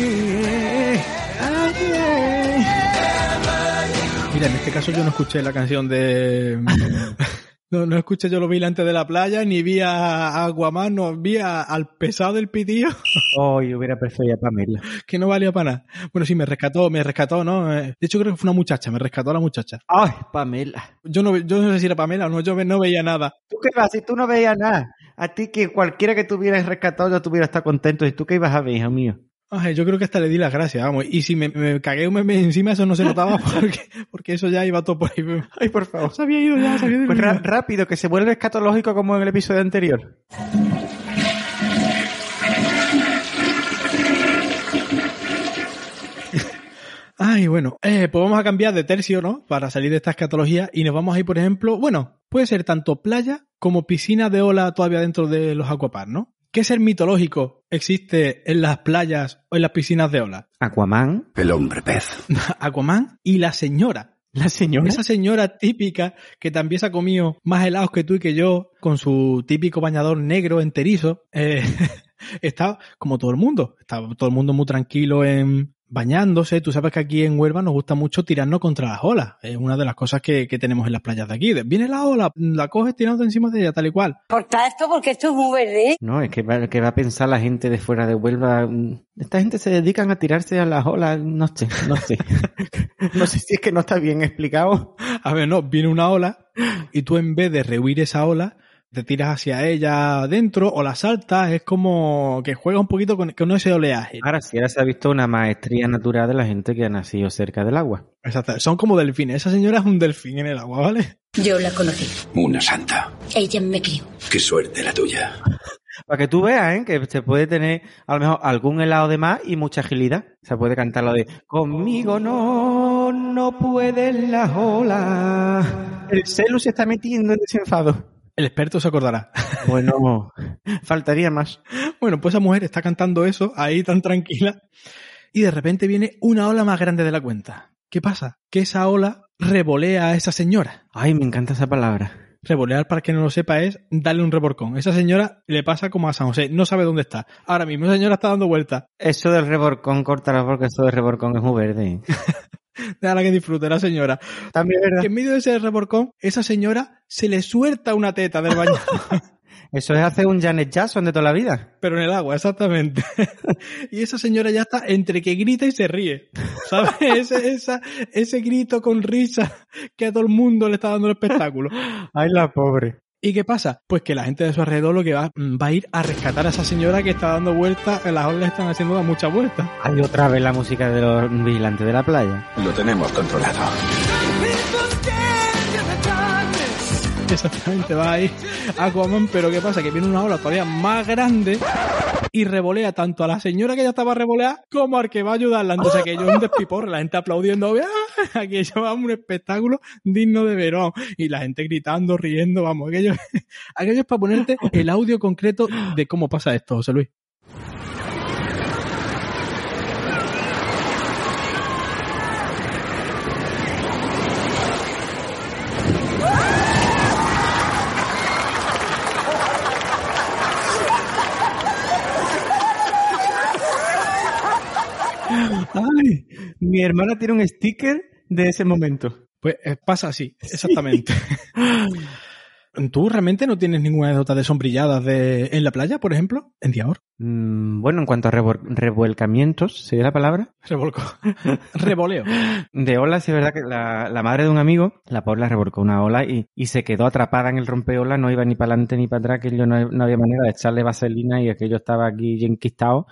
ay, ay. Mira, en este caso yo no escuché la canción de... No, no escuché yo los vigilantes de la playa, ni vi a Aquaman, no vi a, al pesado del pitío. Oh, yo hubiera preferido a Pamela. Que no valía para nada. Bueno, sí, me rescató, me rescató, ¿no? De hecho, creo que fue una muchacha, me rescató a la muchacha. Ay, Pamela. Yo no, yo no sé si era Pamela o no, yo no veía nada. ¿Tú qué vas? Si tú no veías nada. A ti que cualquiera que tuvieras rescatado ya tuviera estado contento. ¿Y tú qué ibas a ver, hijo mío? Ay, yo creo que hasta le di las gracias, vamos. Y si me, me cagué un meme encima, eso no se notaba porque, porque eso ya iba todo por ahí. Ay, por favor. Se había ido ya, se había ido. Pues ra- rápido, que se vuelve escatológico como en el episodio anterior. Ay, bueno, eh, pues vamos a cambiar de tercio, ¿no? Para salir de esta escatología y nos vamos a ir, por ejemplo, bueno, puede ser tanto playa como piscina de ola todavía dentro de los Aquapar, ¿no? ¿Qué ser mitológico existe en las playas o en las piscinas de ola? Aquaman. El hombre pez. Aquaman y la señora. La señora. Esa señora típica que también se ha comido más helados que tú y que yo, con su típico bañador negro enterizo. Eh, está como todo el mundo. Está todo el mundo muy tranquilo en... bañándose. Tú sabes que aquí en Huelva nos gusta mucho tirarnos contra las olas. Es una de las cosas que, que tenemos en las playas de aquí. Viene la ola, la coges tirándote encima de ella, tal y cual. Corta esto porque esto es muy verde. No, es que va, que va a pensar la gente de fuera de Huelva. Esta gente se dedican a tirarse a las olas. No sé, no sé. No sé si es que no está bien explicado. A ver, no, viene una ola y tú en vez de rehuir esa ola, te tiras hacia ella adentro o la saltas, es como que juega un poquito con, con ese oleaje. Ahora sí, ahora se ha visto una maestría natural de la gente que ha nacido cerca del agua. Exacto, son como delfines. Esa señora es un delfín en el agua, ¿vale? Yo la conocí. Una santa. Ella me crió. Qué suerte la tuya. Para que tú veas, ¿eh? Que se puede tener a lo mejor algún helado de más y mucha agilidad. Se puede cantar lo de conmigo no, no pueden las olas. El celu se está metiendo en desenfado. El experto se acordará. Bueno, faltaría más. Bueno, pues esa mujer está cantando eso ahí tan tranquila y de repente viene una ola más grande de la cuenta. ¿Qué pasa? Que esa ola revolea a esa señora. Ay, me encanta esa palabra. Revolear, para que no lo sepa, es darle un reborcón. Esa señora le pasa como a San José, no sabe dónde está. Ahora mismo esa señora está dando vueltas. Eso del reborcón, córtalo porque eso del reborcón es muy verde. Déjala que disfrute la señora. También es verdad. Que en medio de ese reborcón, esa señora se le suelta una teta del baño. Eso es hacer un Janet Jackson de toda la vida. Pero en el agua, exactamente. Y esa señora ya está entre que grita y se ríe. ¿Sabes? Ese, esa, ese grito con risa que a todo el mundo le está dando el espectáculo. Ay, la pobre. ¿Y qué pasa? Pues que la gente de su alrededor lo que va, va a ir a rescatar a esa señora que está dando vueltas, las olas están haciendo muchas vueltas. Hay otra vez la música de los vigilantes de la playa. Lo tenemos controlado. Exactamente, va ahí Aquaman, pero ¿qué pasa? Que viene una ola todavía más grande y revolea tanto a la señora que ya estaba revoleada como al que va a ayudarla. Entonces aquello es un despiporre, la gente aplaudiendo, ¡ah! Aquello va un espectáculo digno de verón. Y la gente gritando, riendo, vamos, aquello, aquello es para ponerte el audio concreto de cómo pasa esto, José Luis. Ay, mi hermana tiene un sticker de ese momento. Pues eh, pasa así, exactamente. Sí. ¿Tú realmente no tienes ninguna anécdota de sombrilladas de, en la playa, por ejemplo? ¿En Diahor? Mm, bueno, en cuanto a revol- revuelcamientos, ¿sería la palabra? Revolcó. Revoleo. De olas, sí es verdad que la, la madre de un amigo, la pobre la revolcó una ola y, y se quedó atrapada en el rompeolas, no iba ni para adelante ni para atrás, que yo no, no había manera de echarle vaselina y aquello estaba aquí enquistado.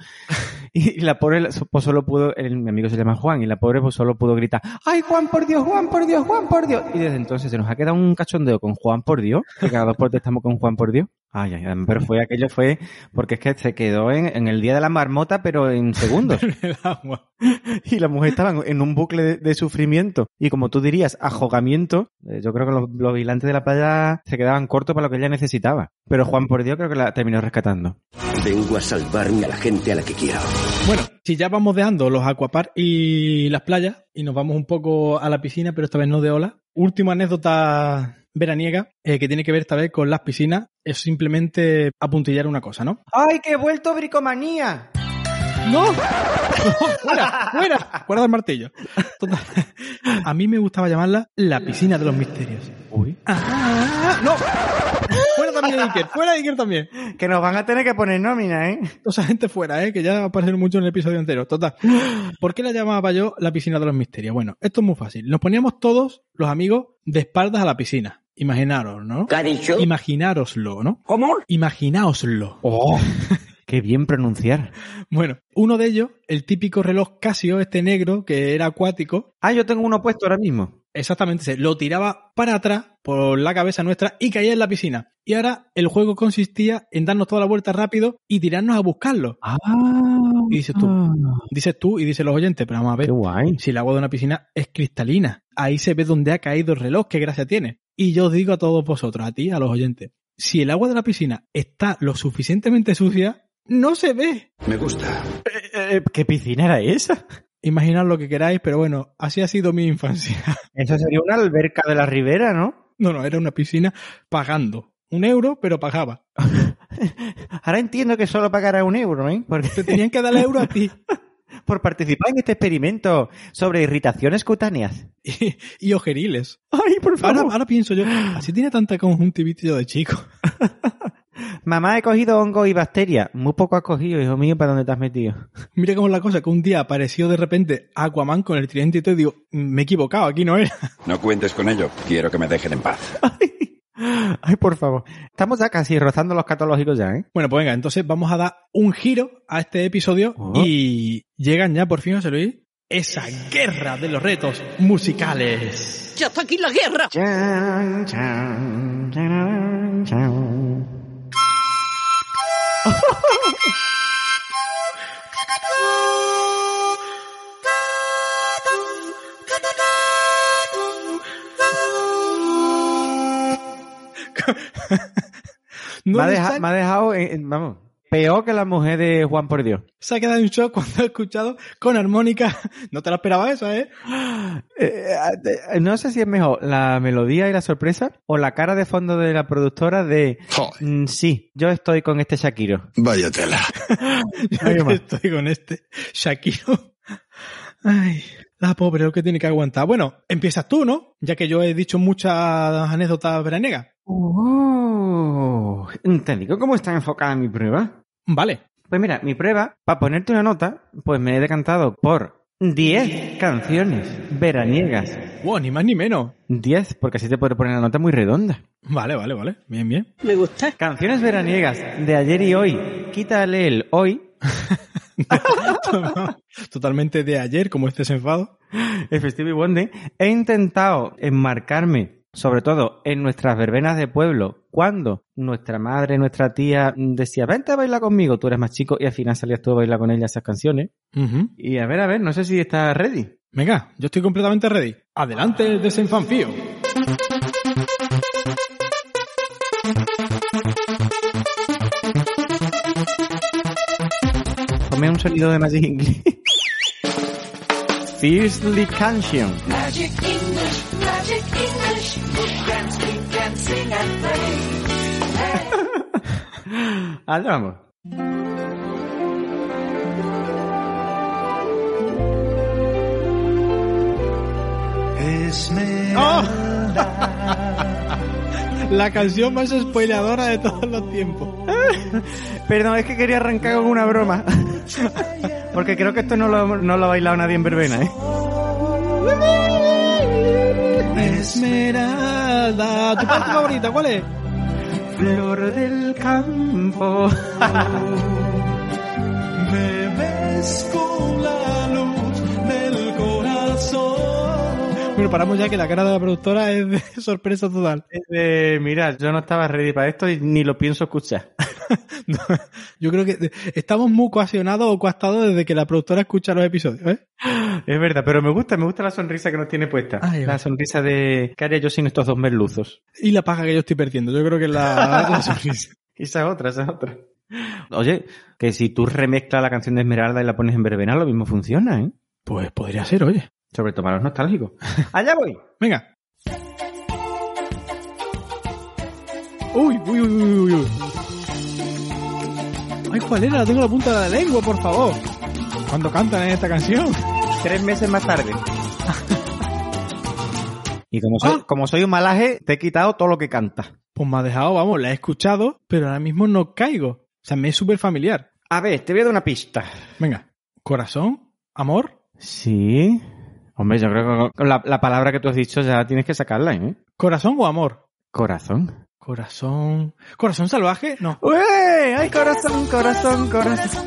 Y la pobre pues solo pudo, el, mi amigo se llama Juan, y la pobre pues solo pudo gritar, ¡ay, Juan por Dios, Juan por Dios, Juan por Dios! Y desde entonces se nos ha quedado un cachondeo con Juan por Dios, que cada dos por tres estamos con Juan por Dios. Ay, ay, pero fue aquello fue, porque es que se quedó en, en el día de la marmota, pero en segundos. En el agua. Y la mujer estaba en un bucle de, de sufrimiento. Y como tú dirías, ajogamiento. Eh, yo creo que los, los vigilantes de la playa se quedaban cortos para lo que ella necesitaba. Pero Juan por Dios creo que la terminó rescatando. Vengo a salvarme a la gente a la que quiero. Bueno, si ya vamos dejando los aquaparks y las playas, y nos vamos un poco a la piscina, pero esta vez no de ola. Última anécdota veraniega, eh, que tiene que ver esta vez con las piscinas, es simplemente apuntillar una cosa, ¿no? ¡Ay, que he vuelto bricomanía! ¡No! ¡No! ¡Fuera! ¡Fuera! Guarda el martillo. Total. A mí me gustaba llamarla la piscina de los misterios. Uy. ¡Ah! ¡No! Fuera también Iker, fuera Iker también. Que nos van a tener que poner nómina, ¿eh? Toda esa gente fuera, ¿eh? Que ya va a aparecer mucho en el episodio entero. Total. ¿Por qué la llamaba yo la piscina de los misterios? Bueno, esto es muy fácil. Nos poníamos todos, los amigos, de espaldas a la piscina. Imaginaros, ¿no? ¿Qué ha dicho? Imaginároslo, ¿no? ¿Cómo? Imaginaoslo. ¡Oh! ¡Qué bien pronunciar! Bueno, uno de ellos, el típico reloj Casio, este negro, que era acuático. Ah, yo tengo uno puesto ahora mismo. Exactamente, se lo tiraba para atrás por la cabeza nuestra y caía en la piscina. Y ahora el juego consistía en darnos toda la vuelta rápido y tirarnos a buscarlo. Ah. Y dices tú, dices tú y dicen los oyentes, pero vamos a ver. Qué guay. Si el agua de una piscina es cristalina, ahí se ve dónde ha caído el reloj, qué gracia tiene. Y yo os digo a todos vosotros, a ti, a los oyentes, si el agua de la piscina está lo suficientemente sucia, no se ve. Me gusta. Eh, eh, ¿Qué piscina era esa? Imaginad lo que queráis, pero bueno, así ha sido mi infancia. Eso sería una alberca de la ribera, ¿no? No, no, era una piscina pagando. Un euro, pero pagaba. Ahora entiendo que solo pagará un euro, ¿eh? Porque te tenían que dar el euro a ti. Por participar en este experimento sobre irritaciones cutáneas. Y, y ojeriles. Ay, por favor. Ahora, ahora pienso yo, así tiene tanta conjuntivitis yo de chico. Mamá, he cogido hongo y bacteria. Muy poco has cogido, hijo mío, ¿para dónde te has metido? Mira cómo es la cosa, que un día apareció de repente Aquaman con el tridente y todo, y digo, me he equivocado, aquí no era. No cuentes con ello, quiero que me dejen en paz. Ay, Ay, por favor. Estamos ya casi rozando los catológicos ya, ¿eh? Bueno, pues venga, entonces vamos a dar un giro a este episodio oh. y llegan ya por fin, José Luis, esa guerra de los retos musicales. ¡Ya está aquí la guerra! Chan, chan, chan, chan. no me, ha deja, me ha dejado, eh, vamos, peor que la mujer de Juan por Dios. Se ha quedado en shock cuando ha escuchado con armónica. No te lo esperaba eso, ¿eh? eh, eh no sé si es mejor la melodía y la sorpresa o la cara de fondo de la productora de mm, sí, yo estoy con este Shakiro. Vaya tela. yo estoy con este Shakiro. Ay, la pobre, lo que tiene que aguantar. Bueno, empiezas tú, ¿no? Ya que yo he dicho muchas anécdotas veraniegas. Oh, ¿te digo cómo está enfocada mi prueba? Vale. Pues mira, mi prueba, para ponerte una nota, pues me he decantado por diez canciones veraniegas. Wow, ni más ni menos. diez, porque así te puedo poner la nota muy redonda. Vale, vale, vale. Bien, bien. Me gusta. Canciones veraniegas de ayer y hoy. Quítale el hoy. Totalmente de ayer, como este desenfado. Stevie Wonder. He intentado enmarcarme, sobre todo en nuestras verbenas de pueblo, cuando nuestra madre, nuestra tía decía, vente a bailar conmigo, tú eres más chico, y al final salías tú a bailar con ella esas canciones. Uh-huh. Y a ver, a ver, no sé si estás ready. Venga, yo estoy completamente ready. Adelante el desenfanfío. Ponme un sonido de Magic English. Fiercely Canción. Magic English, Magic English, we can speak and sing and play. Allá vamos. ¡Oh! La canción más spoileadora de todos los tiempos. Perdón, es que quería arrancar con una broma. Porque creo que esto no lo, no lo ha bailado nadie en verbena, ¿eh? Esmeralda. ¿Tu parte favorita cuál es? Flor del campo. Me ves con la luz del corazón. Bueno, paramos ya que la cara de la productora es de sorpresa total. Es de, mira, yo no estaba ready para esto y ni lo pienso escuchar. No, yo creo que estamos muy coaccionados o coastados desde que la productora escucha los episodios, ¿eh? Es verdad, pero me gusta, me gusta la sonrisa que nos tiene puesta. Ay, la sonrisa de ¿qué haría yo sin estos dos merluzos? Y la paja que yo estoy perdiendo, yo creo que es la, la sonrisa. Esa es otra, esa es otra. Oye, que si tú remezclas la canción de Esmeralda y la pones en verbena, lo mismo funciona, ¿eh? Pues podría ser, oye. Sobre todo para los nostálgicos. ¡Allá voy! Venga. Uy, uy, uy, uy, uy. Ay, ¿cuál era? La tengo en la punta de la lengua, por favor. ¿Cuándo cantan en esta canción? Tres meses más tarde. Y como soy, ah. como soy un malaje, te he quitado todo lo que canta. Pues me ha dejado, vamos, la he escuchado, pero ahora mismo no caigo. O sea, me es súper familiar. A ver, te voy a dar una pista. Venga. ¿Corazón? ¿Amor? Sí. Hombre, yo creo que con la, la palabra que tú has dicho ya tienes que sacarla, ¿eh? ¿Corazón o amor? Corazón. Corazón... ¿Corazón salvaje? No. ¡Uy! ¡Ay, corazón, corazón, corazón!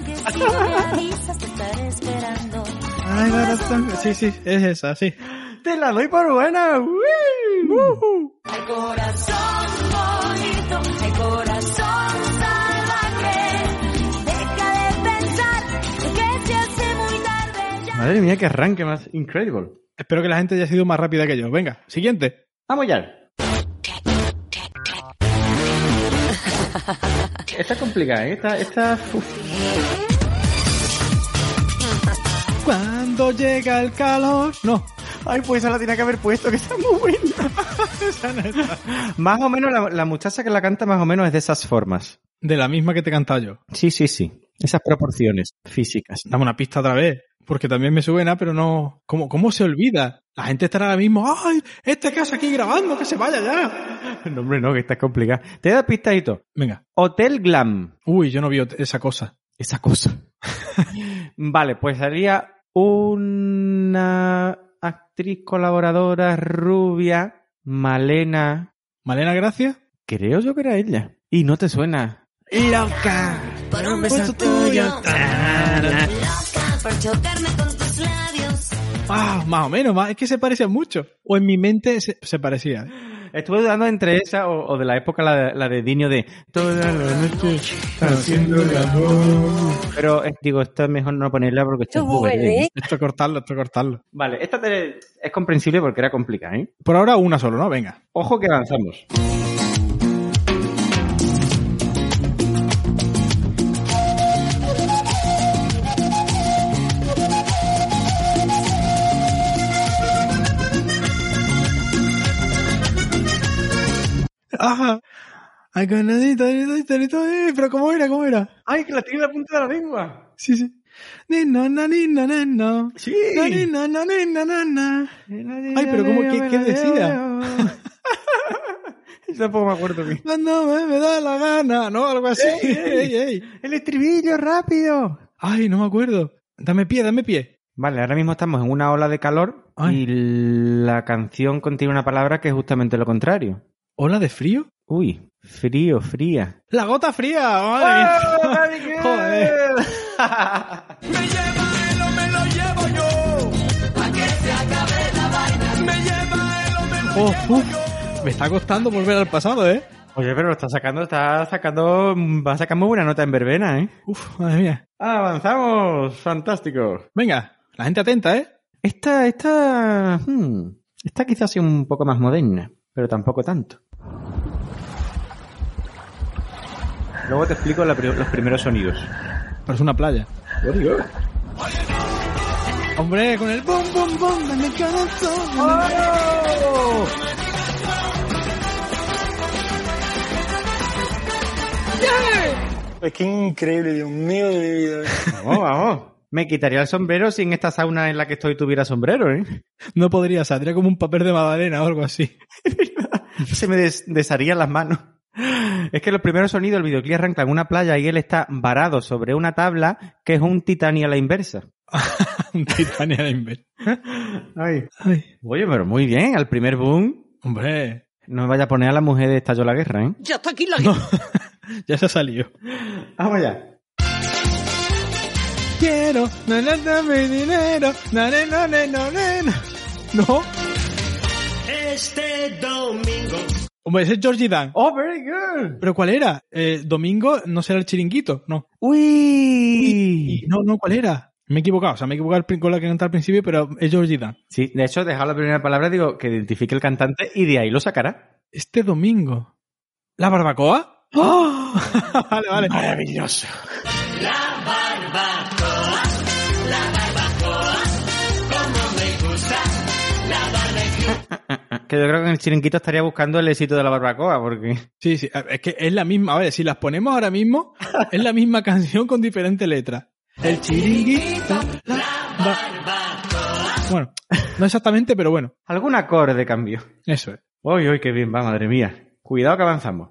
¡Ay, corazón! Sí, sí, es esa, sí. ¡Te la doy por buena! ¡Uy! ¡Uh! ¡Ay, corazón bonito! ¡Ay, corazón salvaje! Deja de pensar que se hace muy tarde ya. Madre mía, qué arranque más increíble. Espero que la gente haya sido más rápida que yo. Venga, siguiente. ¡Vamos ya! Esta es complicada, ¿eh? Esta... esta... Cuando llega el calor... No. Ay, pues esa la tenía que haber puesto, que está muy buena. Esa no está. Más o menos, la, la muchacha que la canta más o menos es de esas formas. De la misma que te he cantado yo. Sí, sí, sí. Esas proporciones físicas. Dame una pista otra vez. Porque también me suena, pero no... ¿Cómo, cómo se olvida? La gente estará ahora mismo... ¡Ay! Este que hace aquí grabando, que se vaya ya. No, hombre, no, que está complicado. Te da pistadito. Venga. Hotel Glam. Uy, yo no vi esa cosa. Esa cosa. Vale, pues sería una actriz colaboradora rubia, Malena... ¿Malena Gracia? creo yo que era ella. Y no te suena. Loca, por un beso tuyo. Loca por chocarme con tus labios. Ah, más o menos, más. Es que se parecían mucho. O en mi mente se, se parecía. Estuve dudando entre esa o, o de la época la de, la de Diño de toda la noche haciendo el amor. Pero eh, digo, esto es mejor no ponerla porque esto es muy verde. Esto cortarlo, esto cortarlo. Vale, esta te, es comprensible porque era complicada, ¿eh? Por ahora una solo, ¿no? Venga. Ojo que avanzamos. Ajá. Ay, pero ¿cómo era? ¿Cómo era? Ay, que la tiene en la punta de la lengua. Sí, sí. Nina, na, nina, nina. Sí. Na, nina, na, nina, nana. Ay, pero ¿cómo? ¿Qué, qué decía? Yo tampoco me acuerdo bien. Cuando me, me da la gana, ¿no? Algo así. Ey, ey. Ey, ey. El estribillo, rápido. Ay, no me acuerdo. Dame pie, dame pie. Vale, ahora mismo estamos en una ola de calor. Ay. Y la canción contiene una palabra que es justamente lo contrario. ¿Ola de frío? Uy, frío, fría. ¡La gota fría! ¡Madre mía! ¡Joder! Me lleva él o me lo llevo yo. Pa' que se acabe la vaina. Me lleva él o me lo oh, llevo uf. yo. Me está costando volver al pasado, ¿eh? Oye, pero lo está sacando, está sacando, va a sacar muy buena nota en verbena, ¿eh? Uf, madre mía. Avanzamos, fantástico. Venga, la gente atenta, ¿eh? Esta, esta, hmm, esta quizás sea un poco más moderna, pero tampoco tanto. Luego te explico la, los primeros sonidos. Pero es una playa. What digo? Hombre, con el bom, bom, bom de mi corazón. ¡Oh! ¡Yeah! Es que increíble, Dios mío de mi vida. Vamos, vamos. Me quitaría el sombrero si en esta sauna en la que estoy tuviera sombrero, ¿eh? No podría, saldría como un papel de magdalena o algo así. Se me des desharían las manos. Es que los primeros sonidos del videoclip arrancan en una playa y él está varado sobre una tabla que es un Titanic a la inversa. Un Titanic a la inversa. Ay. Ay. Oye, pero muy bien, al primer boom. Hombre. No me vaya a poner a la mujer de Estalló la Guerra, ¿eh? Ya está aquí la guerra. No. Ya se ha salido. Vamos allá. Quiero, no le dame dinero, no, no, no, no, no, no. Este domingo. Hombre, ese es Georgie Dan. Oh, very good. ¿Pero cuál era? Eh, Domingo, ¿no será el chiringuito? No. Uy. Uy. No, no, ¿cuál era? Me he equivocado, o sea, me he equivocado con la que cantaba al principio, pero es Georgie Dan. Sí, de hecho, dejado la primera palabra, digo, que identifique el cantante y de ahí lo sacará. Este domingo. ¿La barbacoa? ¡Oh! Vale, vale. Maravilloso. La barbacoa, la barbacoa, como me gusta, la barbacoa. Que yo creo que en el chiringuito estaría buscando el éxito de la barbacoa, porque... Sí, sí, es que es la misma, a ver, si las ponemos ahora mismo, es la misma canción con diferentes letras. El chiringuito, la barbacoa. Bueno, no exactamente, pero bueno. Algún acorde cambio. Eso es. Uy, uy, qué bien va, madre mía. Cuidado que avanzamos.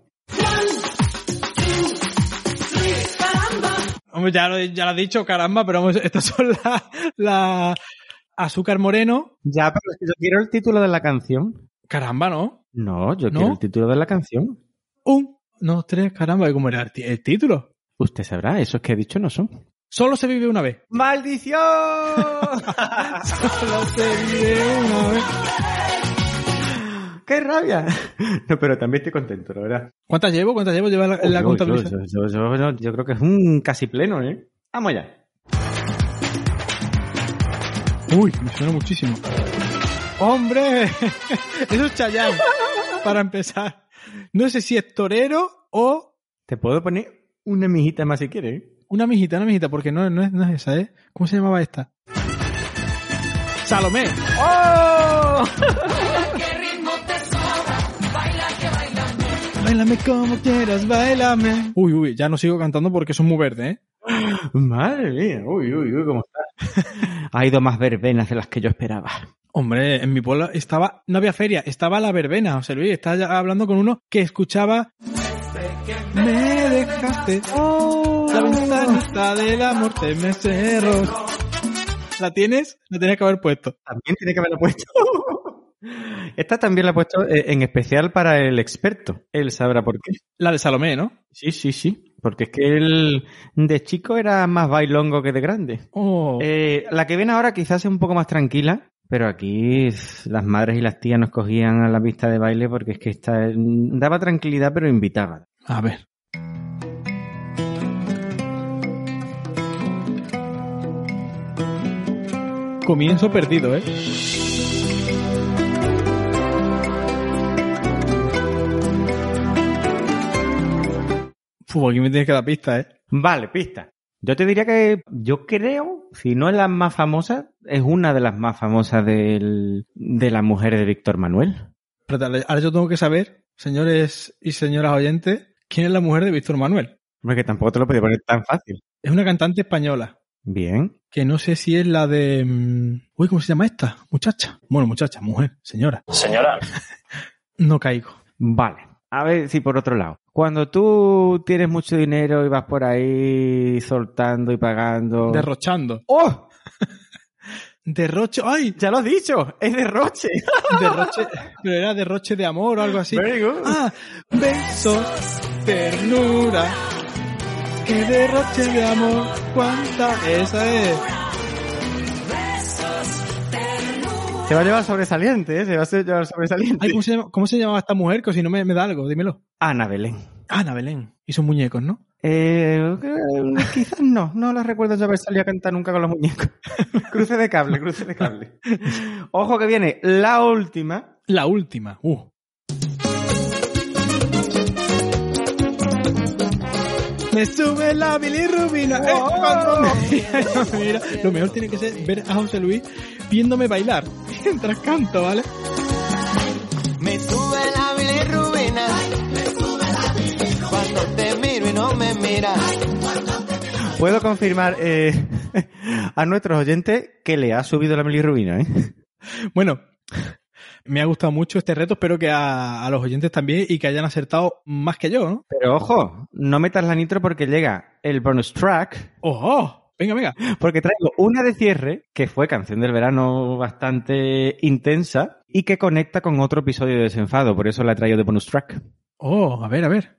Hombre, ya lo, ya lo has dicho, caramba, pero vamos, estas son las la Azúcar Moreno. Ya, pero es que yo quiero el título de la canción. Caramba, ¿no? No, yo ¿No? quiero el título de la canción. Un, dos, tres, caramba, ¿cómo era el, t- el título? Usted sabrá, esos que he dicho no son. Solo se vive una vez. ¡Maldición! Solo se vive una vez. ¡Qué rabia! No, pero también estoy contento, la verdad. ¿Cuántas llevo? ¿Cuántas llevo? Lleva la, Uy, la uy, contabilización. Yo, yo, yo, yo creo que es un casi pleno, ¿eh? Vamos allá. Uy, me suena muchísimo. ¡Hombre! Eso es Chayanne, para empezar. No sé si es torero o... Te puedo poner una mijita más si quieres, ¿eh? Una mijita, una mijita, porque no, no, es, no es esa, ¿eh? ¿Cómo se llamaba esta? ¡Salomé! ¡Oh! ¿Qué ritmo te sobra? Baila que bailame. Báilame como quieras, báilame. Uy, uy, ya no sigo cantando porque son muy verdes, ¿eh? Madre mía, uy, uy, uy, ¿cómo está? Ha ido más verbenas de las que yo esperaba. Hombre, en mi pueblo estaba, no había feria, estaba la verbena, José Luis, estaba ya hablando con uno que escuchaba... Me dejaste, oh, la ventanita del amor te me cerró. ¿La tienes? La tenías que haber puesto. También tiene que haberlo puesto. Esta también la he puesto en especial para el experto. Él sabrá por qué. La de Salomé, ¿no? Sí, sí, sí. Porque es que él de chico era más bailongo que de grande. Oh. Eh, la que viene ahora quizás es un poco más tranquila, pero aquí las madres y las tías nos cogían a la pista de baile porque es que esta daba tranquilidad pero invitaba. A ver. Comienzo perdido, ¿eh? Uf, aquí me tienes que dar pista, ¿eh? Vale, pista. Yo te diría que yo creo, si no es la más famosa, es una de las más famosas del, de las mujeres de Víctor Manuel. Pero ahora yo tengo que saber, señores y señoras oyentes, ¿quién es la mujer de Víctor Manuel? Hombre, que tampoco te lo podía poner tan fácil. Es una cantante española. Bien. Que no sé si es la de... Uy, ¿cómo se llama esta? Muchacha. Bueno, muchacha, mujer, señora. Señora. No caigo. Vale. A ver si por otro lado. Cuando tú tienes mucho dinero y vas por ahí soltando y pagando... Derrochando. ¡Oh! Derroche... ¡Ay! Ya lo has dicho. Es derroche. Derroche... Pero era derroche de amor o algo así. Very good. Ah, besos, ternura... ¡Qué derroche de amor! ¡Cuánta! Esa es. Se va a llevar sobresaliente, ¿eh? Se va a llevar sobresaliente. Ay, ¿cómo se llama, cómo se llamaba esta mujer? Que si no me, me da algo, dímelo. Ana Belén. Ana Belén. Y sus muñecos, ¿no? Eh, quizás no. No la recuerdo yo haber salido a cantar nunca con los muñecos. Cruce de cable, cruce de cable. Ojo que viene la última. La última. Uh. Me sube la bilirrubina. Oh. Eh, cuando me... Mira, lo mejor tiene que ser ver a José Luis viéndome bailar mientras canto, ¿vale? Me sube la bilirrubina. Me sube la bilirrubina. Cuando te miro y no me miras. Puedo confirmar eh, a nuestros oyentes que le ha subido la bilirrubina, ¿eh? Bueno, me ha gustado mucho este reto, espero que a, a los oyentes también y que hayan acertado más que yo, ¿no? Pero ojo, no metas la nitro porque llega el bonus track. ¡Ojo! Venga, venga. Porque traigo una de cierre que fue canción del verano bastante intensa y que conecta con otro episodio de Desenfado, por eso la he traído de bonus track. Oh, a ver, a ver.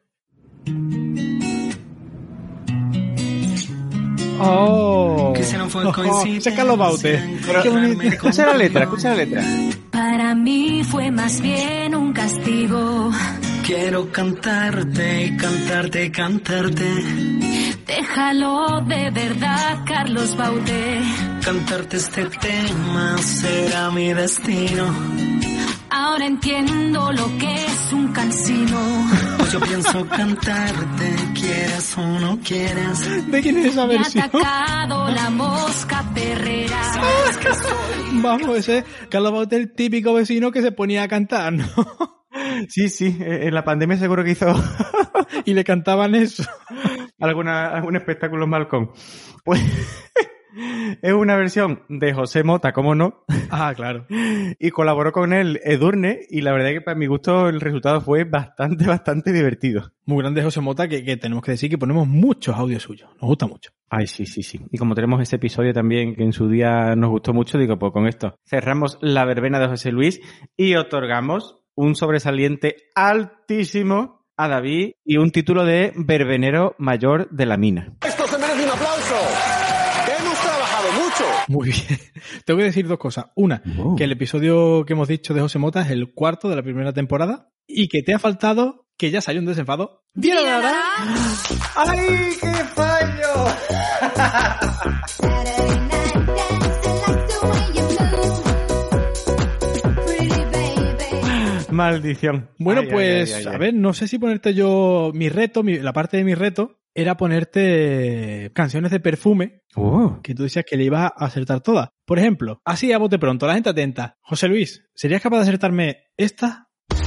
Oh, que se no fue coincidencia. Oh, Carlos Baute. Qué bonito. Escucha la letra, escucha la letra. Para mí fue más bien un castigo. Quiero cantarte y cantarte y cantarte. Déjalo de verdad, Carlos Baute. Cantarte este tema será mi destino. Ahora entiendo lo que es un cansino. Pues yo pienso cantarte, quieras o no quieras. ¿De quién es esa versión? Me ha atacado la mosca perrera. Sabes que soy. Vamos, ese Carlos Baute, el típico vecino que se ponía a cantar, ¿no? Sí, sí, en la pandemia seguro que hizo... y le cantaban eso. Alguna, algún espectáculo en balcón. Pues... Es una versión de José Mota, ¿cómo no? Ah, claro. Y colaboró con él Edurne y la verdad es que para mi gusto el resultado fue bastante, bastante divertido. Muy grande José Mota, que, que tenemos que decir que ponemos muchos audios suyos. Nos gusta mucho. Ay, sí, sí, sí. Y como tenemos ese episodio también que en su día nos gustó mucho, digo, pues con esto cerramos la verbena de José Luis y otorgamos un sobresaliente altísimo a David y un título de verbenero mayor de la mina. Esto se merece un aplauso. Hemos trabajado mucho. Muy bien. Tengo que decir dos cosas. Una, oh. que el episodio que hemos dicho de José Mota es el cuarto de la primera temporada y que te ha faltado que ya salió un desenfado. ¿Bien ahora? ¡Ay, qué fallo! Maldición. Bueno, ay, pues, ay, ay, ay, a ver, no sé si ponerte yo mi reto, mi, la parte de mi reto era ponerte canciones de Perfume, oh. que tú decías que le ibas a acertar todas. Por ejemplo, así a bote pronto, la gente atenta. José Luis, ¿serías capaz de acertarme esta?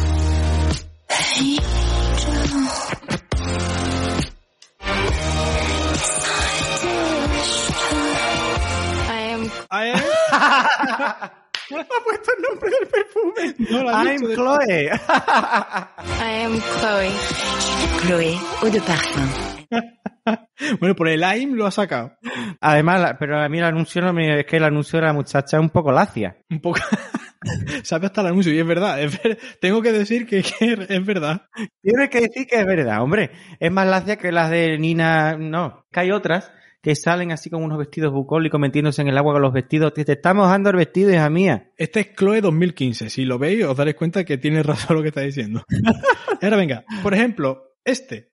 I am... I am... Me ha puesto el nombre del perfume. No, la I'm Chloe. I am Chloe. Chloé, eau de parfum. Bueno, por el A I M lo ha sacado. Además, pero a mí el anuncio no me... Es que el anuncio de la muchacha es un poco lacia. Un poco... Sabe hasta el anuncio y es verdad. Es ver... Tengo que decir que, que es verdad. Tienes que decir que es verdad, hombre. Es más lacia que las de Nina... No, que hay otras que salen así con unos vestidos bucólicos metiéndose en el agua con los vestidos. Te, te estamos dando el vestido, hija mía. Este es Chloe dos mil quince. Si lo veis, os daréis cuenta que tiene razón lo que está diciendo. Ahora venga, por ejemplo, este.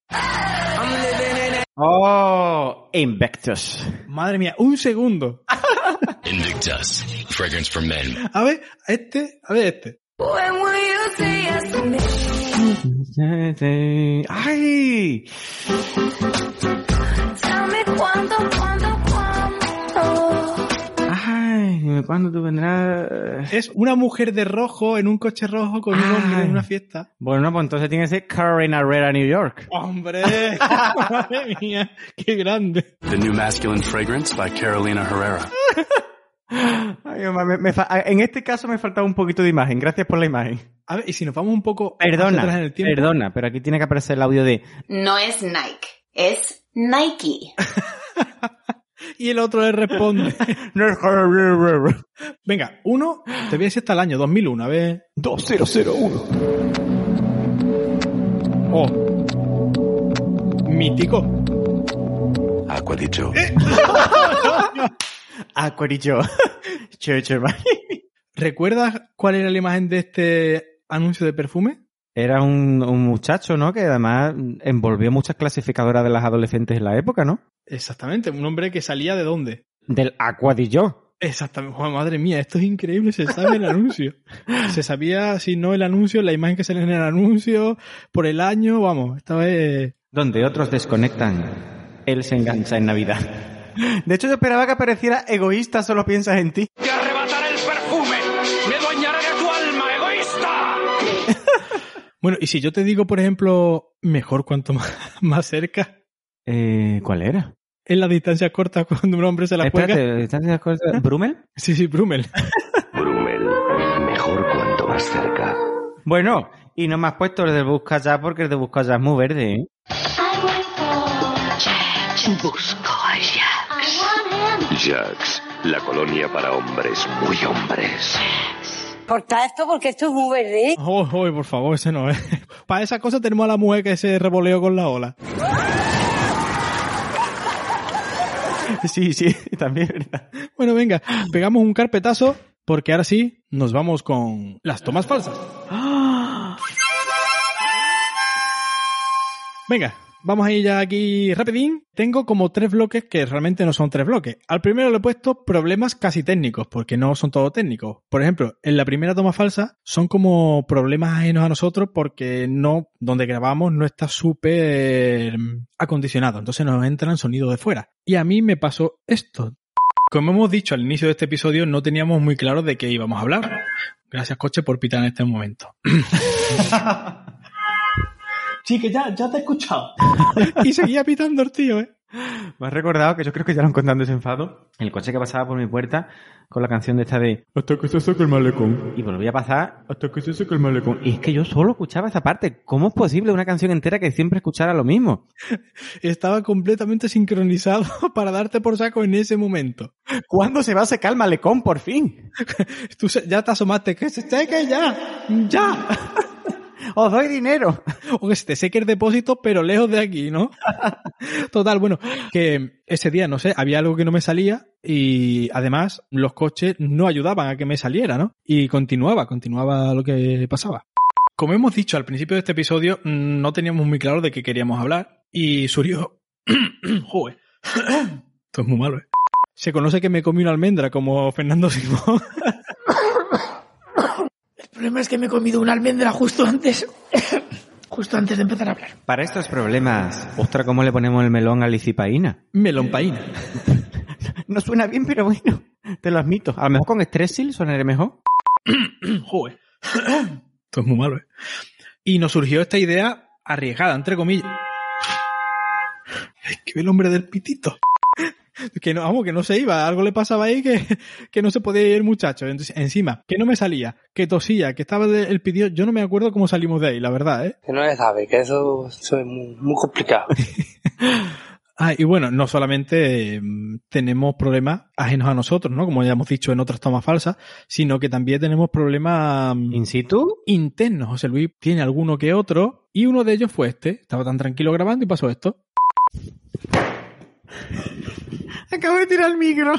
Oh, Invictus. Madre mía, un segundo. Invictus, fragrance for men. A ver, este, a ver este. When will you say yes to me? ¡Ay! Tell me cuándo, cuándo, cuándo. ¡Ay! Dime cuándo tú vendrás. Es una mujer de rojo en un coche rojo con un hombre en una fiesta. Bueno, pues entonces tiene que ser Karen Herrera, New York. ¡Hombre! ¡Madre mía! ¡Qué grande! The new masculine fragrance by Carolina Herrera. Ay, me, me, en este caso me faltaba un poquito de imagen. Gracias por la imagen. A ver, y si nos vamos un poco perdona, atrás en el tiempo. Perdona, pero aquí tiene que aparecer el audio de... No es Nike, es Nike. Y el otro le responde. Venga, uno, te voy a decir hasta el año dos mil uno, a ver. dos mil uno. Oh. Mítico. Aqua di Gio. ¿Eh? Aqua di Gio. ¿Recuerdas cuál era la imagen de este anuncio de perfume? Era un, un muchacho, ¿no? Que además envolvió muchas clasificadoras de las adolescentes en la época, ¿no? Exactamente, un hombre que salía ¿de dónde? Del Aqua di Gio. Exactamente. Oh, madre mía, esto es increíble, se sabe el anuncio. Se sabía, si no el anuncio, la imagen que sale en el anuncio, por el año, vamos, esta vez... Donde otros desconectan, él se engancha en Navidad. De hecho, yo esperaba que apareciera egoísta, solo piensas en ti. ¡Te arrebataré el perfume! ¡Me adueñaré de tu alma, egoísta! Bueno, y si yo te digo, por ejemplo, mejor cuanto más, más cerca... Eh, ¿Cuál era? En las distancias cortas cuando un hombre se la Espérate, juega. ¿distancias cortas? ¿Brumel? Sí, sí, Brumel. Brumel, mejor cuanto más cerca. Bueno, y no me has puesto el de Busca Ya porque el de Busca Ya es muy verde, ¿eh? Busco a Jax. Jax, la colonia para hombres muy hombres. Corta esto porque esto es muy verde. Oh, oh, por favor, ese no es. Para esa cosa tenemos a la mujer que se revoleó con la ola. Sí, sí, también es verdad. Bueno, venga, pegamos un carpetazo porque ahora sí nos vamos con las tomas falsas. Venga, vamos a ir ya aquí rapidín. Tengo como tres bloques que realmente no son tres bloques. Al primero le he puesto problemas casi técnicos, porque no son todos técnicos. Por ejemplo, en la primera toma falsa son como problemas ajenos a nosotros porque no, donde grabamos no está súper acondicionado. Entonces nos entran sonidos de fuera. Y a mí me pasó esto. Como hemos dicho al inicio de este episodio, no teníamos muy claro de qué íbamos a hablar. Gracias, coche, por pitar en este momento. Sí, que ya, ya te he escuchado. Y seguía pitando el tío, ¿eh? Me has recordado que yo creo que ya lo han contado ese enfado. El coche que pasaba por mi puerta con la canción de esta de hasta que se saque el malecón. Y volvía a pasar hasta que se saque el malecón. Y es que yo solo escuchaba esa parte. ¿Cómo es posible una canción entera que siempre escuchara lo mismo? Estaba completamente sincronizado para darte por saco en ese momento. ¿Cuándo se va a secar el malecón, por fin? Tú ya te asomaste. ¡Que se seque ya! ¡Ya! ¡Os doy dinero! O que se te seque el depósito, pero lejos de aquí, ¿no? Total, bueno, que ese día, no sé, había algo que no me salía y además los coches no ayudaban a que me saliera, ¿no? Y continuaba, continuaba lo que pasaba. Como hemos dicho al principio de este episodio, no teníamos muy claro de qué queríamos hablar y surgió... Joder. Esto es muy malo, ¿eh? Se conoce que me comí una almendra como Fernando Simón. El problema es que me he comido una almendra justo antes justo antes de empezar a hablar. Para estos problemas, ostras, ¿cómo le ponemos el melón a licipaína? Melonpaína. No suena bien, pero bueno, te lo admito. A lo mejor con Stressil sonaré mejor. Joder. Esto es muy malo, ¿eh? Y nos surgió esta idea arriesgada, entre comillas. Es que ve el hombre del pitito. Que no, vamos, que no se iba, algo le pasaba ahí que, que no se podía ir el muchacho. Entonces, encima, que no me salía, que tosía, que estaba el pidió, yo no me acuerdo cómo salimos de ahí, la verdad, ¿eh? Que no se sabe, que eso, eso es muy, muy complicado. Ah, y bueno, no solamente eh, tenemos problemas ajenos a nosotros, ¿no? Como ya hemos dicho en otras tomas falsas, sino que también tenemos problemas... ¿In situ? Internos. José Luis tiene alguno que otro, y uno de ellos fue este. Estaba tan tranquilo grabando y pasó esto. Acabo de tirar el micro.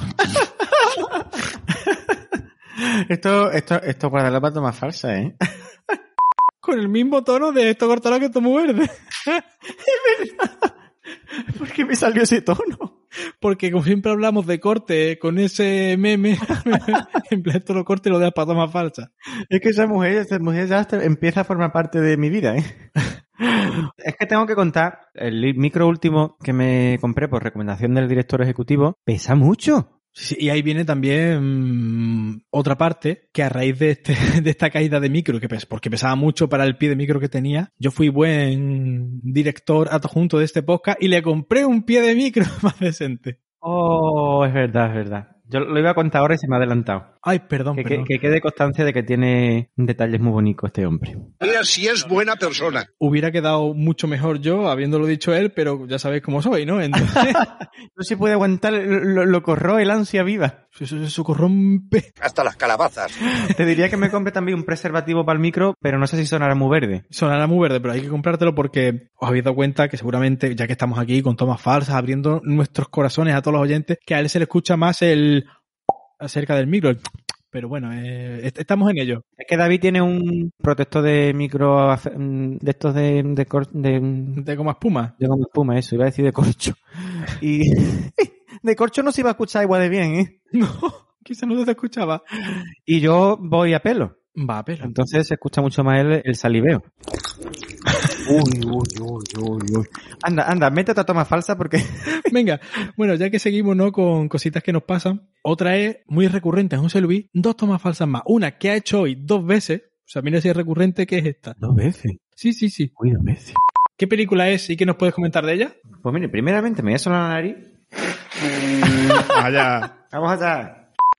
esto, esto, esto para la para tomar falsa, ¿eh? Con el mismo tono de esto cortado que esto muy verde. Es verdad. ¿Por qué me salió ese tono? Porque como siempre hablamos de corte con ese meme, en plan esto lo corte y lo dejas para tomar falsa. Es que esa mujer, esa mujer ya empieza a formar parte de mi vida, ¿eh? Es que tengo que contar, el micro último que me compré por recomendación del director ejecutivo pesa mucho. Sí, y ahí viene también mmm, otra parte, que a raíz de este de esta caída de micro, que pes, porque pesaba mucho para el pie de micro que tenía, yo fui buen director adjunto de este podcast y le compré un pie de micro más decente. Oh, es verdad, es verdad. Yo lo iba a contar ahora y se me ha adelantado. Ay, perdón, que, perdón. Que, que quede constancia de que tiene detalles muy bonitos este hombre. Mira si es buena persona. Hubiera quedado mucho mejor yo, habiéndolo dicho él, pero ya sabéis cómo soy, ¿no? Entonces... no se puede aguantar, lo, lo corroe el ansia viva. Eso, eso corrompe. Hasta las calabazas. Te diría que me compre también un preservativo para el micro, pero no sé si sonará muy verde. Sonará muy verde, pero hay que comprártelo porque os habéis dado cuenta que seguramente, ya que estamos aquí con tomas falsas, abriendo nuestros corazones a todos los oyentes, que a él se le escucha más el... acerca del micro, pero bueno, eh, estamos en ello. Es que David tiene un protector de micro de estos de de, de, de goma espuma. De goma espuma, eso, iba a decir de corcho. Y de corcho no se iba a escuchar igual de bien, ¿eh? No, quizás no se escuchaba. Y yo voy a pelo. Va a pelo. Entonces se escucha mucho más el, el saliveo. Uy, uy, uy, uy, uy. Anda, anda, métete a toma falsa porque... Venga, bueno, ya que seguimos, ¿no? Con cositas que nos pasan. Otra es muy recurrente en José Luis, dos tomas falsas más. Una que ha hecho hoy dos veces. O sea, mira si es recurrente, que es esta. ¿Dos veces? Sí, sí, sí. Uy, dos veces. ¿Qué película es y qué nos puedes comentar de ella? Pues mire, primeramente me voy a sonar la nariz. Allá. Vamos allá.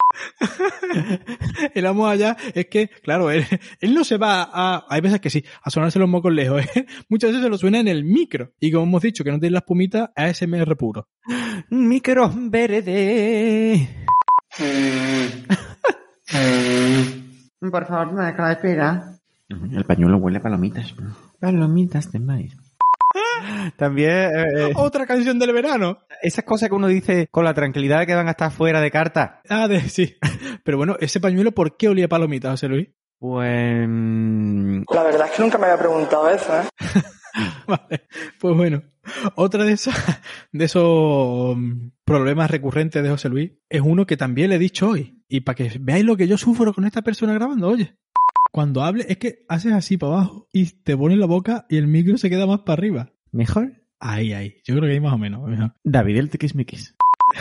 El vamos allá es que, claro, él, él no se va a... Hay veces que sí, a sonarse los mocos lejos, ¿eh? Muchas veces se lo suena en el micro. Y como hemos dicho, que no tiene las pumitas, A S M R puro. Micro verde. Por favor, me deja la espera. El pañuelo huele a palomitas. Palomitas de maíz. También... Eh, Otra canción del verano. Esas cosas que uno dice con la tranquilidad de que van a estar fuera de carta. Ah, de, sí. Pero bueno, ese pañuelo, ¿por qué olía a palomitas, José Luis? Pues... La verdad es que nunca me había preguntado eso, ¿eh? Vale, pues bueno. Otra de esas, de esos problemas recurrentes de José Luis es uno que también le he dicho hoy. Y para que veáis lo que yo sufro con esta persona grabando, oye. Cuando hable, es que haces así para abajo y te pones la boca y el micro se queda más para arriba. ¿Mejor? Ahí, ahí. Yo creo que ahí más o menos. Mejor. David, el tiquismiquis.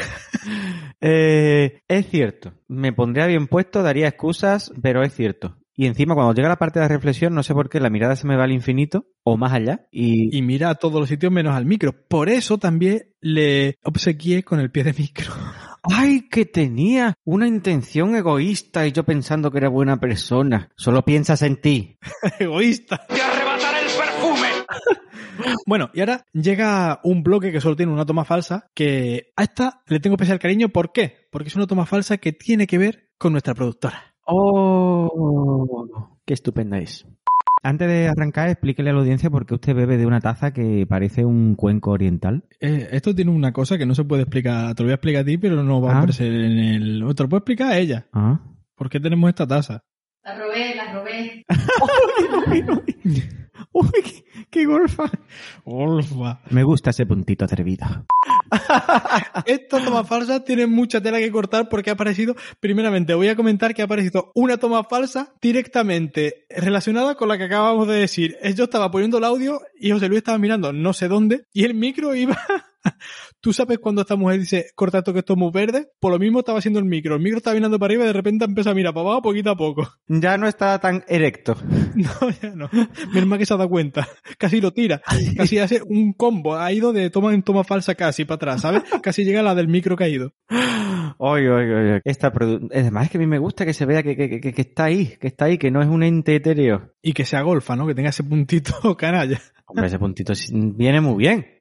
eh, es cierto. Me pondría bien puesto, daría excusas, pero es cierto. Y encima, cuando llega la parte de la reflexión, no sé por qué, la mirada se me va al infinito o más allá. Y, y mira a todos los sitios menos al micro. Por eso también le obsequié con el pie de micro. ¡Ay, que tenía una intención egoísta y yo pensando que era buena persona! Solo piensas en ti. ¡Egoísta! ¡Te arrebataré el perfume! Bueno, y ahora llega un bloque que solo tiene una toma falsa, que a esta le tengo especial cariño. ¿Por qué? Porque es una toma falsa que tiene que ver con nuestra productora. ¡Oh! ¡Qué estupenda es! Antes de arrancar, explíquele a la audiencia por qué usted bebe de una taza que parece un cuenco oriental. Eh, esto tiene una cosa que no se puede explicar. Te lo voy a explicar a ti, pero no va ah. a aparecer en el... Te lo puedo explicar a ella. Ah. ¿Por qué tenemos esta taza? La robé, la robé. ¡Uy, uy, uy! ¡Uy, qué, qué golfa! Golfa. Me gusta ese puntito atrevido. Esta toma falsa tiene mucha tela que cortar porque ha aparecido... Primeramente, voy a comentar que ha aparecido una toma falsa directamente relacionada con la que acabamos de decir. Yo estaba poniendo el audio y José Luis estaba mirando no sé dónde y el micro iba... ¿Tú sabes cuando esta mujer dice corta esto que esto es muy verde? Por lo mismo estaba haciendo el micro. El micro estaba mirando para arriba y de repente empieza a mirar para abajo poquito a poco. Ya no está tan erecto. No, ya no. Menos mal que se ha dado cuenta. Casi lo tira. Casi hace un combo. Ha ido de toma en toma falsa casi para atrás, ¿sabes? Casi llega a la del micro caído. Oye, oye, oye. Esta produ... Además es que a mí me gusta que se vea que, que, que, que está ahí, que está ahí, que no es un ente etéreo. Y que sea golfa, ¿no? Que tenga ese puntito canalla. Hombre, ese puntito viene muy bien.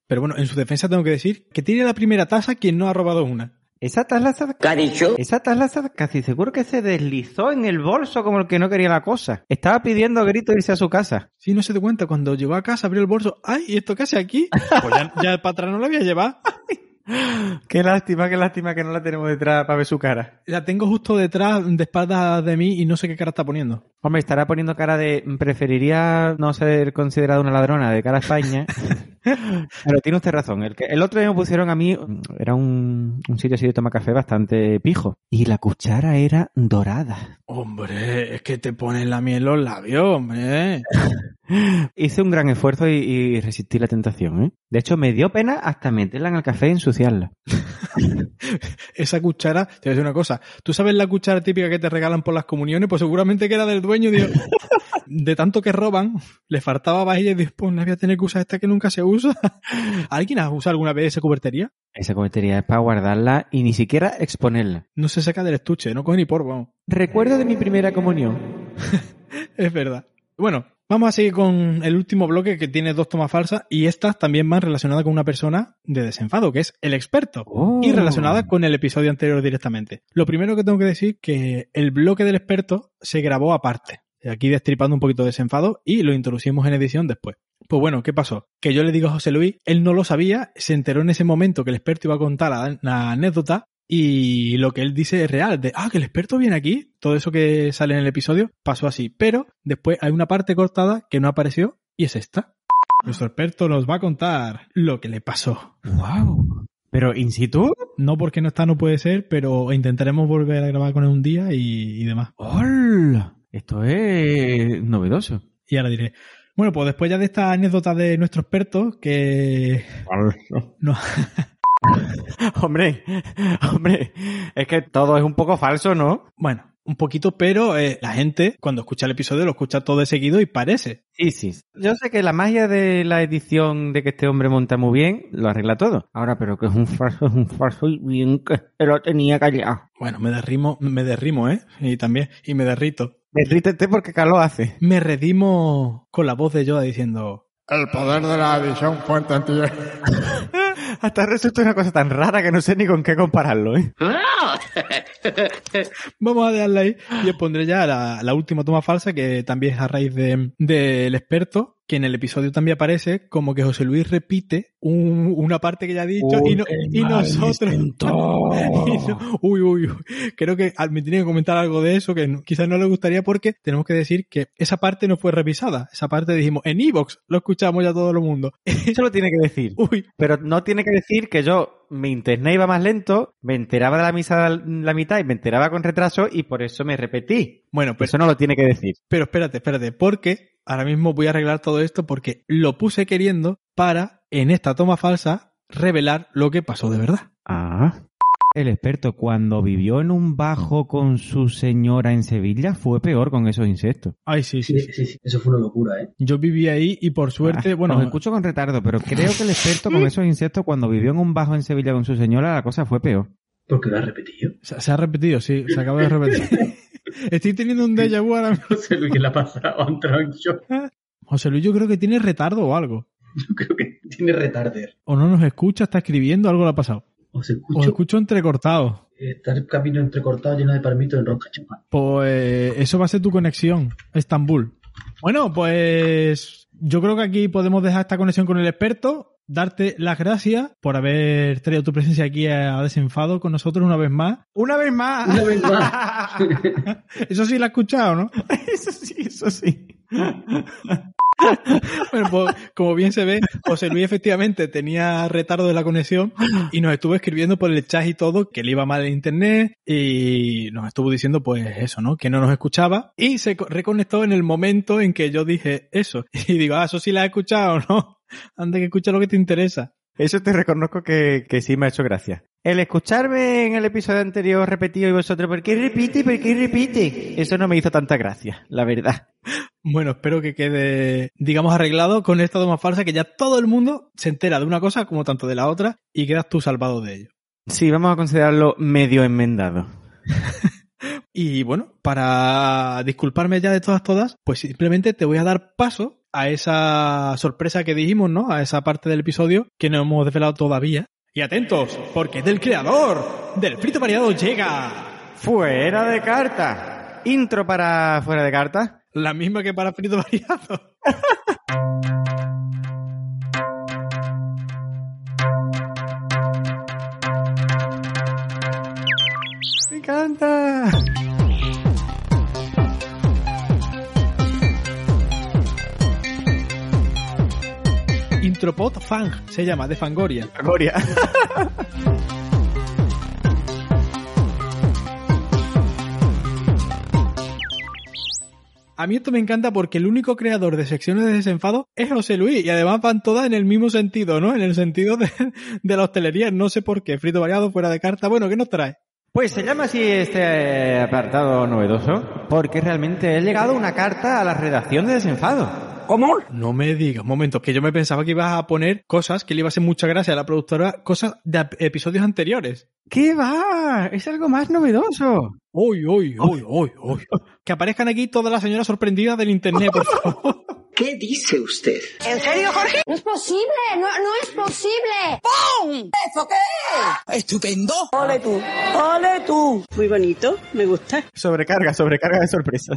Pero bueno, en su defensa tengo que decir que tiene la primera taza quien no ha robado una. Esa taza, ¿Qué ha dicho? esa taza casi seguro que se deslizó en el bolso como el que no quería la cosa. Estaba pidiendo a grito irse a su casa. Sí, no se dio cuenta. Cuando llegó a casa, abrió el bolso. ¡Ay! ¿Y esto qué hace aquí? Pues ya, ya para atrás no la voy a llevar. Qué lástima, qué lástima que no la tenemos detrás para ver su cara. La tengo justo detrás, de espaldas de mí y no sé qué cara está poniendo. Hombre, estará poniendo cara de... Preferiría no ser considerada una ladrona de cara a España. Pero tiene usted razón. El, que, el otro día me pusieron a mí... Era un, un sitio así de toma café bastante pijo. Y la cuchara era dorada. Hombre, es que te ponen la miel en los labios, hombre. Hice un gran esfuerzo y, y resistí la tentación, ¿eh? De hecho, me dio pena hasta meterla en el café y ensuciarla. Esa cuchara, te voy a decir una cosa. ¿Tú sabes la cuchara típica que te regalan por las comuniones? Pues seguramente que era del dueño. Digo, de tanto que roban, le faltaba vajilla y dijo, pues no voy a tener que usar esta que nunca se usa. ¿Alguien ha usado alguna vez esa cubertería? Esa cubertería es para guardarla y ni siquiera exponerla. No se saca del estuche, no coge ni polvo. Vamos. Recuerdo de mi primera comunión. Es verdad. Bueno, vamos a seguir con el último bloque que tiene dos tomas falsas y estas también van relacionadas con una persona de desenfado, que es el experto, oh. y relacionadas con el episodio anterior directamente. Lo primero que tengo que decir que el bloque del experto se grabó aparte, aquí destripando un poquito de desenfado y lo introducimos en edición después. Pues bueno, ¿qué pasó? Que yo le digo a José Luis, él no lo sabía, se enteró en ese momento que el experto iba a contar la, la anécdota. Y lo que él dice es real, de, ah, que el experto viene aquí, todo eso que sale en el episodio pasó así, pero después hay una parte cortada que no apareció y es esta. Nuestro experto nos va a contar lo que le pasó. ¡Wow! ¿Pero in situ? No, porque no está, no puede ser, pero intentaremos volver a grabar con él un día y, y demás. ¡Hola! Esto es novedoso. Y ahora diré, bueno, pues después ya de esta anécdota de nuestro experto, que... no... Hombre, hombre, es que todo es un poco falso, ¿no? Bueno, un poquito, pero eh, la gente cuando escucha el episodio lo escucha todo de seguido y parece. Sí, sí. Yo sé que la magia de la edición de que este hombre monta muy bien lo arregla todo. Ahora, pero que es un falso, es un falso y bien que lo tenía callado. Bueno, me derrimo, me derrimo, ¿eh? Y también, y me derrito. Derrítete porque calor hace. Me redimo con la voz de Yoda diciendo... El poder de la edición fuerte en ti. Hasta resulta una cosa tan rara que no sé ni con qué compararlo, ¿eh? Vamos a dejarla ahí y os pondré ya la, la última toma falsa que también es a raíz de del experto, que en el episodio también aparece como que José Luis repite un, una parte que ya ha dicho uy, y, no, y nosotros... y no, uy, uy, uy. Creo que me tiene que comentar algo de eso que no, quizás no le gustaría porque tenemos que decir que esa parte no fue revisada. Esa parte dijimos, en iVoox lo escuchamos ya todo el mundo. Eso lo tiene que decir. Uy. Pero no tiene que decir que yo... mi internet iba más lento, me enteraba de la misa la mitad y me enteraba con retraso y por eso me repetí. Bueno, pues eso no lo tiene que decir. Pero espérate, espérate, porque ahora mismo voy a arreglar todo esto porque lo puse queriendo para, en esta toma falsa, revelar lo que pasó de verdad. Ah. El experto, cuando vivió en un bajo con su señora en Sevilla, fue peor con esos insectos. Ay, sí, sí. Sí, sí, sí. Eso fue una locura, ¿eh? Yo viví ahí y por suerte, ah, bueno... Os escucho con retardo, pero creo que el experto con esos insectos, cuando vivió en un bajo en Sevilla con su señora, la cosa fue peor. ¿Por qué lo has repetido? Se, se ha repetido, sí. Se acaba de repetir. Estoy teniendo un déjà vu ahora mismo. José Luis, ¿qué le ha pasado? ¿Ha entrado en shock? José Luis, yo creo que tiene retardo o algo. Yo creo que tiene retarder. O no nos escucha, está escribiendo, algo le ha pasado. Os escucho, Os escucho entrecortado. Está el camino entrecortado lleno de palmitos en rosca champán. Pues eso va a ser tu conexión, Estambul. Bueno, pues yo creo que aquí podemos dejar esta conexión con el experto. Darte las gracias por haber traído tu presencia aquí a Desenfado con nosotros una vez más. ¡Una vez más! Una vez más. Eso sí lo has escuchado, ¿no? Eso sí, eso sí. Bueno, pues como bien se ve, José Luis efectivamente tenía retardo de la conexión y nos estuvo escribiendo por el chat y todo que le iba mal el internet y nos estuvo diciendo pues eso, ¿no? Que no nos escuchaba y se reconectó en el momento en que yo dije eso y digo, ah, eso sí la has escuchado, ¿no? Anda que escucha lo que te interesa. Eso te reconozco que, que sí me ha hecho gracia. El escucharme en el episodio anterior repetido y vosotros, ¿por qué repite? ¿Por qué repite? Eso no me hizo tanta gracia, la verdad. Bueno, espero que quede, digamos, arreglado con esta toma falsa, que ya todo el mundo se entera de una cosa como tanto de la otra y quedas tú salvado de ello. Sí, vamos a considerarlo medio enmendado. Y bueno, para disculparme ya de todas todas, pues simplemente te voy a dar paso a esa sorpresa que dijimos, ¿no? A esa parte del episodio que no hemos desvelado todavía. Y atentos, porque del creador del frito variado llega... Fuera de carta. Intro para Fuera de carta. La misma que para frito variado. Me encanta. Intropod Fang se llama, de Fangoria. Fangoria. A mí esto me encanta porque el único creador de secciones de desenfado es José Luis y además van todas en el mismo sentido, ¿no? En el sentido de, de la hostelería, no sé por qué. Frito variado, fuera de carta. Bueno, ¿qué nos trae? Pues se llama así este apartado novedoso porque realmente he llegado una carta a la redacción de Desenfado. ¿Cómo? No me digas, un momento, que yo me pensaba que ibas a poner cosas que le iba a hacer mucha gracia a la productora, cosas de ap- episodios anteriores. ¿Qué va? Es algo más novedoso. Uy, uy, uy, uy, uy. Que aparezcan aquí todas las señoras sorprendidas del internet, por favor. ¿Qué dice usted? ¿En serio, Jorge? No es posible, no, no es posible. ¡Pum! ¿Eso qué? ¡Estupendo! ¡Ole tú! ¡Ole tú! Muy bonito, me gusta. Sobrecarga, sobrecarga de sorpresas.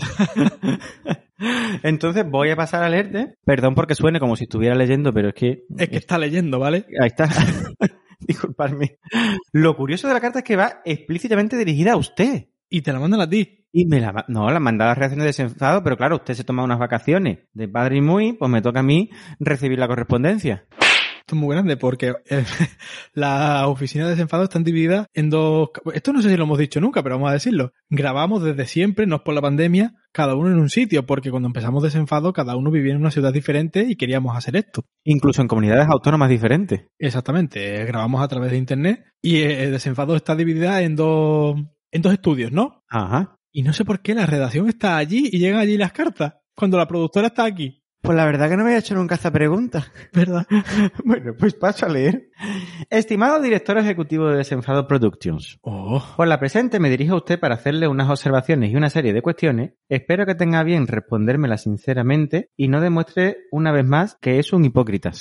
Entonces voy a pasar a leerte. Perdón porque suene como si estuviera leyendo, pero es que... Es que está leyendo, ¿vale? Ahí está. Disculpadme. Lo curioso de la carta es que va explícitamente dirigida a usted. Y te la mandan a ti. Y me la... No, la manda a las reacciones de Desenfado, pero claro, usted se toma unas vacaciones de padre y muy, pues me toca a mí recibir la correspondencia. Esto es muy grande porque eh, las oficinas de Desenfado están divididas en dos... Esto no sé si lo hemos dicho nunca, pero vamos a decirlo. Grabamos desde siempre, no es por la pandemia, cada uno en un sitio, porque cuando empezamos Desenfado cada uno vivía en una ciudad diferente y queríamos hacer esto. Incluso en comunidades autónomas diferentes. Exactamente, grabamos a través de internet y eh, Desenfado está dividida en dos, en dos estudios, ¿no? Ajá. Y no sé por qué la redacción está allí y llegan allí las cartas, cuando la productora está aquí. Pues la verdad que no me había hecho nunca esta pregunta. ¿Verdad? Bueno, pues paso a leer. Estimado director ejecutivo de Desenfado Productions. Oh. Por la presente me dirijo a usted para hacerle unas observaciones y una serie de cuestiones. Espero que tenga bien respondérmelas sinceramente y no demuestre una vez más que es un hipócritas.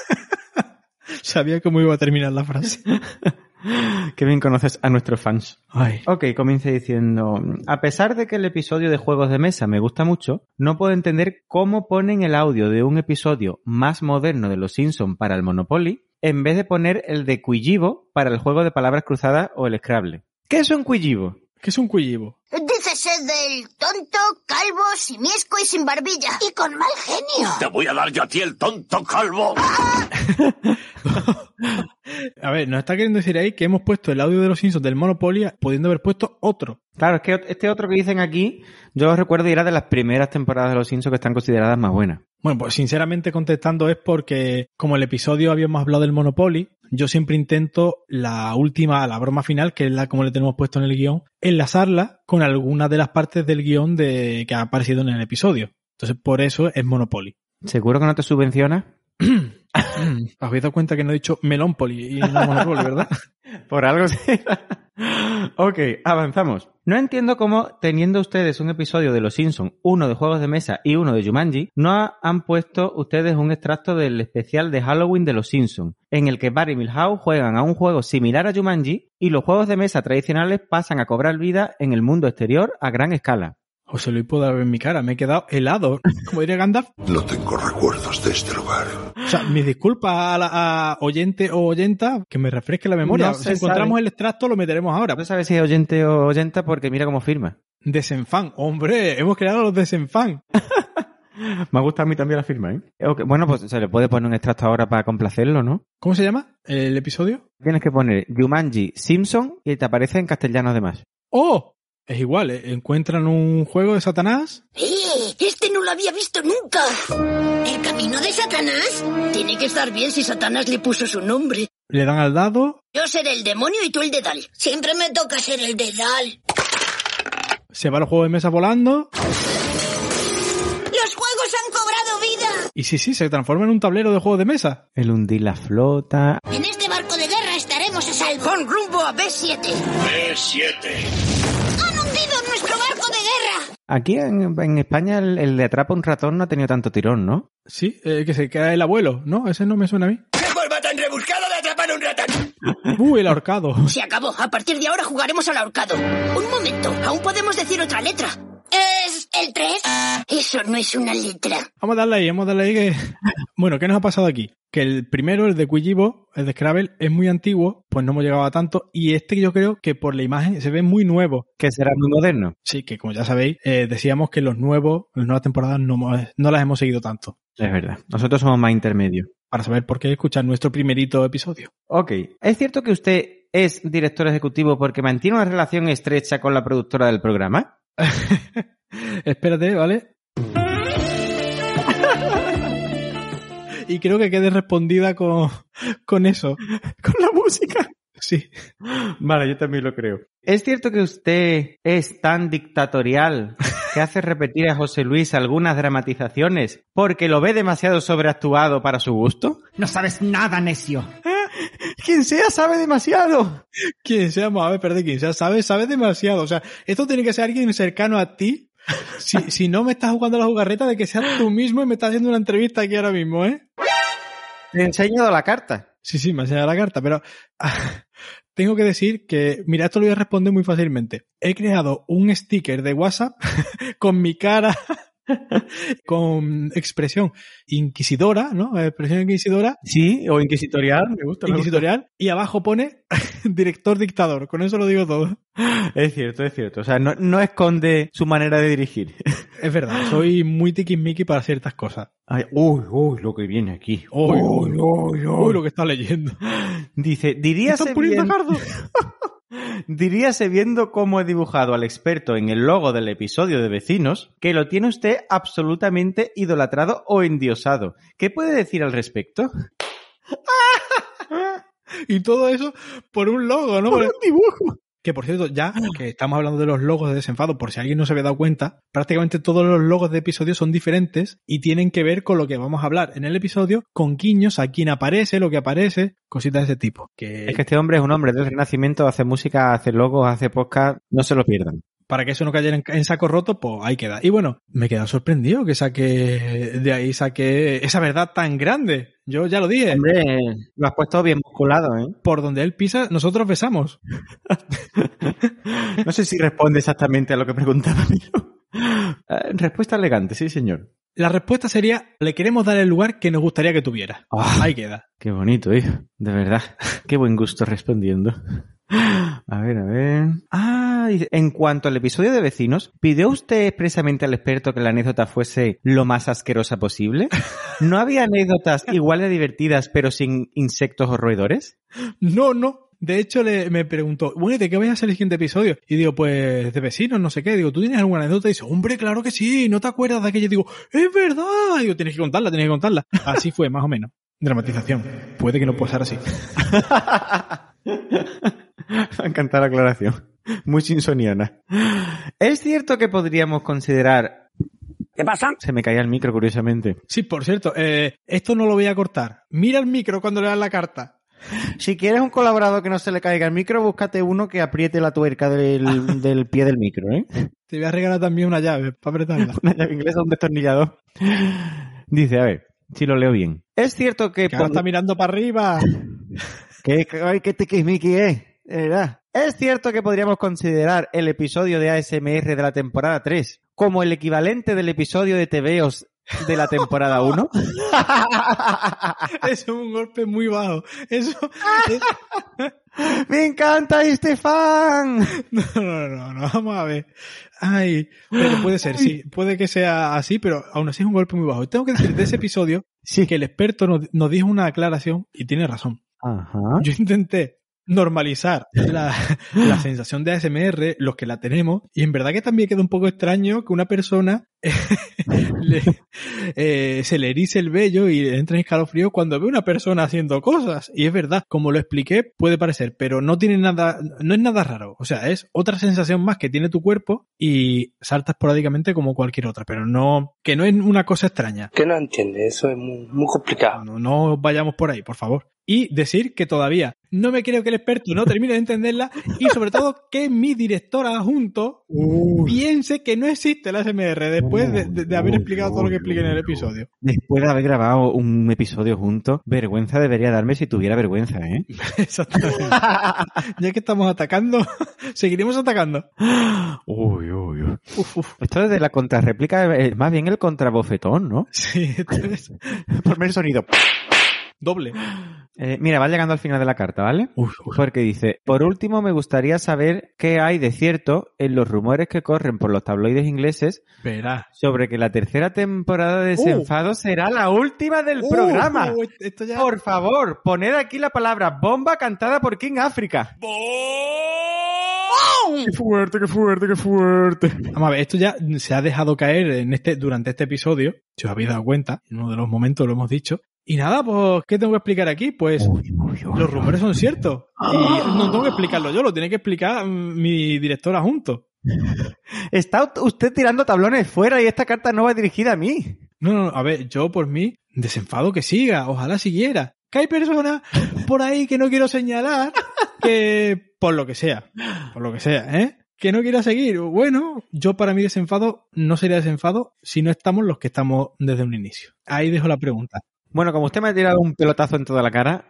Sabía cómo iba a terminar la frase. Qué bien conoces a nuestros fans. Ay. Ok, comience diciendo... A pesar de que el episodio de juegos de mesa me gusta mucho, no puedo entender cómo ponen el audio de un episodio más moderno de Los Simpsons para el Monopoly en vez de poner el de Quillivo para el juego de palabras cruzadas o el Scrabble. ¿Qué es un Quillivo? ¿Qué es un Quillivo? Dícese del tonto, calvo, simiesco y sin barbilla. Y con mal genio. Te voy a dar yo a ti el tonto calvo. A ver, nos está queriendo decir ahí que hemos puesto el audio de Los Simpsons del Monopoly pudiendo haber puesto otro. Claro, es que este otro que dicen aquí, yo lo recuerdo y era de las primeras temporadas de Los Simpsons que están consideradas más buenas. Bueno, pues sinceramente contestando es porque como el episodio habíamos hablado del Monopoly, yo siempre intento la última, la broma final, que es la como le tenemos puesto en el guión, enlazarla con alguna de las partes del guión de que ha aparecido en el episodio. Entonces, por eso es Monopoly. ¿Seguro que no te subvenciona? ¿Os habéis dado cuenta que no he dicho Melonpoly y no Monopoly, verdad? Por algo será. Ok, avanzamos. No entiendo cómo, teniendo ustedes un episodio de Los Simpsons, uno de juegos de mesa y uno de Jumanji, no han puesto ustedes un extracto del especial de Halloween de Los Simpsons, en el que Barry y Milhouse juegan a un juego similar a Jumanji y los juegos de mesa tradicionales pasan a cobrar vida en el mundo exterior a gran escala. José Luis puede ver en mi cara, me he quedado helado. Como diría Gandalf. No tengo recuerdos de este lugar. O sea, mis disculpas a, la, a oyente o oyenta, que me refresque la memoria. No si encontramos sabe. El extracto, lo meteremos ahora. No sabes si es oyente o oyenta porque mira cómo firma. Desenfan. Hombre, hemos creado los Desenfan. Me ha gustado a mí también la firma, ¿eh? Okay. Bueno, pues se le puede poner un extracto ahora para complacerlo, ¿no? ¿Cómo se llama el episodio? Tienes que poner Jumanji Simpson y te aparece en castellano además. ¡Oh! Es igual, ¿eh? Encuentran un juego de Satanás. ¡Eh! Este no lo había visto nunca. ¿El camino de Satanás? Tiene que estar bien si Satanás le puso su nombre. Le dan al dado. Yo seré el demonio y tú el dedal. Siempre me toca ser el dedal. Se va al juego de mesa volando. ¡Los juegos han cobrado vida! Y sí, sí, se transforma en un tablero de juego de mesa. El hundir la flota. En este barco de guerra estaremos a salvo. Con rumbo a B siete. B siete. ¡Han hundido nuestro barco de guerra! Aquí en, en España el, el de atrapa un ratón no ha tenido tanto tirón, ¿no? Sí, eh, que se cae el abuelo, ¿no? Ese no me suena a mí. ¡Qué forma tan rebuscada de atrapar un ratón! ¡Uh, el ahorcado! Se acabó. A partir de ahora jugaremos al ahorcado. Un momento, aún podemos decir otra letra. ¿Es el tres? Eso no es una letra. Vamos a darle ahí, vamos a darle ahí que... Bueno, ¿qué nos ha pasado aquí? Que el primero, el de Quijibo, el de Scrabble, es muy antiguo, pues no hemos llegado a tanto, y este yo creo que por la imagen se ve muy nuevo. Que será muy moderno. Sí, que como ya sabéis, eh, decíamos que los nuevos, las nuevas temporadas no, no las hemos seguido tanto. Es verdad. Nosotros somos más intermedios. Para saber por qué escuchar nuestro primerito episodio. Ok. ¿Es cierto que usted es director ejecutivo porque mantiene una relación estrecha con la productora del programa? Espérate, ¿vale? Y creo que quede respondida con, con eso, con la música. Sí. Vale, yo también lo creo. ¿Es cierto que usted es tan dictatorial que hace repetir a José Luis algunas dramatizaciones porque lo ve demasiado sobreactuado para su gusto? No sabes nada, necio. Quien sea sabe demasiado. Quien sea, a ver, perdón, quien sea sabe, sabe demasiado. O sea, esto tiene que ser alguien cercano a ti. Si, si no me estás jugando la jugarreta de que seas tú mismo y me estás haciendo una entrevista aquí ahora mismo, ¿eh? Te he enseñado la carta. Sí, sí, me ha enseñado la carta, pero ah, tengo que decir que, mira, esto lo voy a responder muy fácilmente. He creado un sticker de WhatsApp con mi cara, con expresión inquisidora, ¿no? Expresión inquisidora. Sí, o inquisitorial, me gusta. Inquisitorial, me gusta. Y abajo pone director dictador. Con eso lo digo todo. Es cierto, es cierto. O sea, no, no esconde su manera de dirigir. Es verdad, soy muy tiquismiqui para ciertas cosas. Ay, uy, uy, lo que viene aquí. Uy, uy, uy, uy, lo que está leyendo. Dice, diríase bien... Diríase viendo cómo he dibujado al experto en el logo del episodio de Vecinos, que lo tiene usted absolutamente idolatrado o endiosado. ¿Qué puede decir al respecto? Y todo eso por un logo, ¿no? Por un dibujo. Que, por cierto, ya que estamos hablando de los logos de Desenfado, por si alguien no se había dado cuenta, prácticamente todos los logos de episodios son diferentes y tienen que ver con lo que vamos a hablar en el episodio, con guiños a quién aparece, lo que aparece, cositas de ese tipo. Que... Es que este hombre es un hombre del Renacimiento, hace música, hace logos, hace podcast, no se lo pierdan. Para que eso no cayera en, en saco roto, pues ahí queda. Y bueno, me he quedado sorprendido que saqué, de ahí saqué esa verdad tan grande. Yo ya lo dije. Hombre, lo has puesto bien musculado, ¿eh? Por donde él pisa, nosotros besamos. No sé si responde exactamente a lo que preguntaba, pero... Eh, respuesta elegante, sí, señor. La respuesta sería, le queremos dar el lugar que nos gustaría que tuviera. Oh, ahí queda. Qué bonito, hijo. De verdad. Qué buen gusto respondiendo. A ver, a ver... Ah, en cuanto al episodio de Vecinos, ¿pidió usted expresamente al experto que la anécdota fuese lo más asquerosa posible? ¿No había anécdotas igual de divertidas pero sin insectos o roedores? No, no. De hecho, le, me preguntó, bueno, ¿y de qué vais a hacer el siguiente episodio? Y digo, pues, de Vecinos, no sé qué. Digo, ¿tú tienes alguna anécdota? Y dice, hombre, claro que sí, ¿no te acuerdas de aquello? Digo, es verdad. Y digo, tienes que contarla, tienes que contarla. Así fue, más o menos. Dramatización. Puede que no pueda ser así. Me ha encantado la aclaración. Muy simpsoniana. ¿Es cierto que podríamos considerar... ¿Qué pasa? Se me caía el micro, curiosamente. Sí, por cierto, eh, esto no lo voy a cortar. Mira el micro cuando le das la carta. Si quieres un colaborador que no se le caiga el micro, búscate uno que apriete la tuerca del, del pie del micro, ¿eh? Te voy a regalar también una llave para apretarla. Una llave inglesa, un destornillador. Dice, a ver, si lo leo bien. Es cierto que... Que ahora está mirando para arriba. ¿Qué, qué, qué tiquismiqui es? ¿Verdad? ¿Es cierto que podríamos considerar el episodio de A S M R de la temporada tres como el equivalente del episodio de T V Os de la temporada uno? Eso es un golpe muy bajo. Eso es... ¡Me encanta este fan! No, no, no, no, vamos a ver. Ay, pero puede ser, sí. Puede que sea así, pero aún así es un golpe muy bajo. Tengo que decir de ese episodio sí. que el experto nos, nos dijo una aclaración y tiene razón. Ajá. Yo intenté normalizar la, la sensación de A S M R, los que la tenemos, y en verdad que también queda un poco extraño que una persona le, eh, se le erice el vello y le entra en escalofrío cuando ve una persona haciendo cosas. Y es verdad, como lo expliqué, puede parecer, pero no tiene nada, no es nada raro. O sea, es otra sensación más que tiene tu cuerpo y salta esporádicamente como cualquier otra, pero no, que no es una cosa extraña. Que no entiende, eso es muy, muy complicado. No, no vayamos por ahí, por favor. Y decir que todavía no me creo que el experto no termine de entenderla y sobre todo que mi director adjunto uh. piense que no existe el A S M R después uh, de, de, de haber uh, explicado uh, todo lo que expliqué uh, en el episodio. Después de haber grabado un episodio juntos, vergüenza debería darme si tuviera vergüenza, ¿eh? Exactamente. Ya que estamos atacando, seguiremos atacando. Uy, uy, uy. Uf, uf. Esto de la contrarréplica es más bien el contrabofetón, ¿no? Sí, esto es... Ponme el sonido. Doble. Eh, mira, va llegando al final de la carta, ¿vale? Uf, uf. Porque dice, por último me gustaría saber qué hay de cierto en los rumores que corren por los tabloides ingleses Verá. sobre que la tercera temporada de Desenfado uh. será la última del uh, programa. Uh, esto ya... Por favor, poned aquí la palabra bomba cantada por King África. ¡Qué fuerte, qué fuerte, qué fuerte! Vamos a ver, esto ya se ha dejado caer en este, durante este episodio, si os habéis dado cuenta, en uno de los momentos lo hemos dicho. Y nada, pues, ¿qué tengo que explicar aquí? Pues, uy, uy, uy. Los rumores son ciertos. Y no tengo que explicarlo yo, lo tiene que explicar mi directora junto. Está usted tirando tablones fuera y esta carta no va dirigida a mí. No, no, a ver, yo por mí, desenfado que siga, ojalá siguiera. Que hay personas por ahí que no quiero señalar, que por lo que sea, por lo que sea, ¿eh? Que no quiera seguir. Bueno, yo para mí desenfado no sería desenfado si no estamos los que estamos desde un inicio. Ahí dejo la pregunta. Bueno, como usted me ha tirado un pelotazo en toda la cara,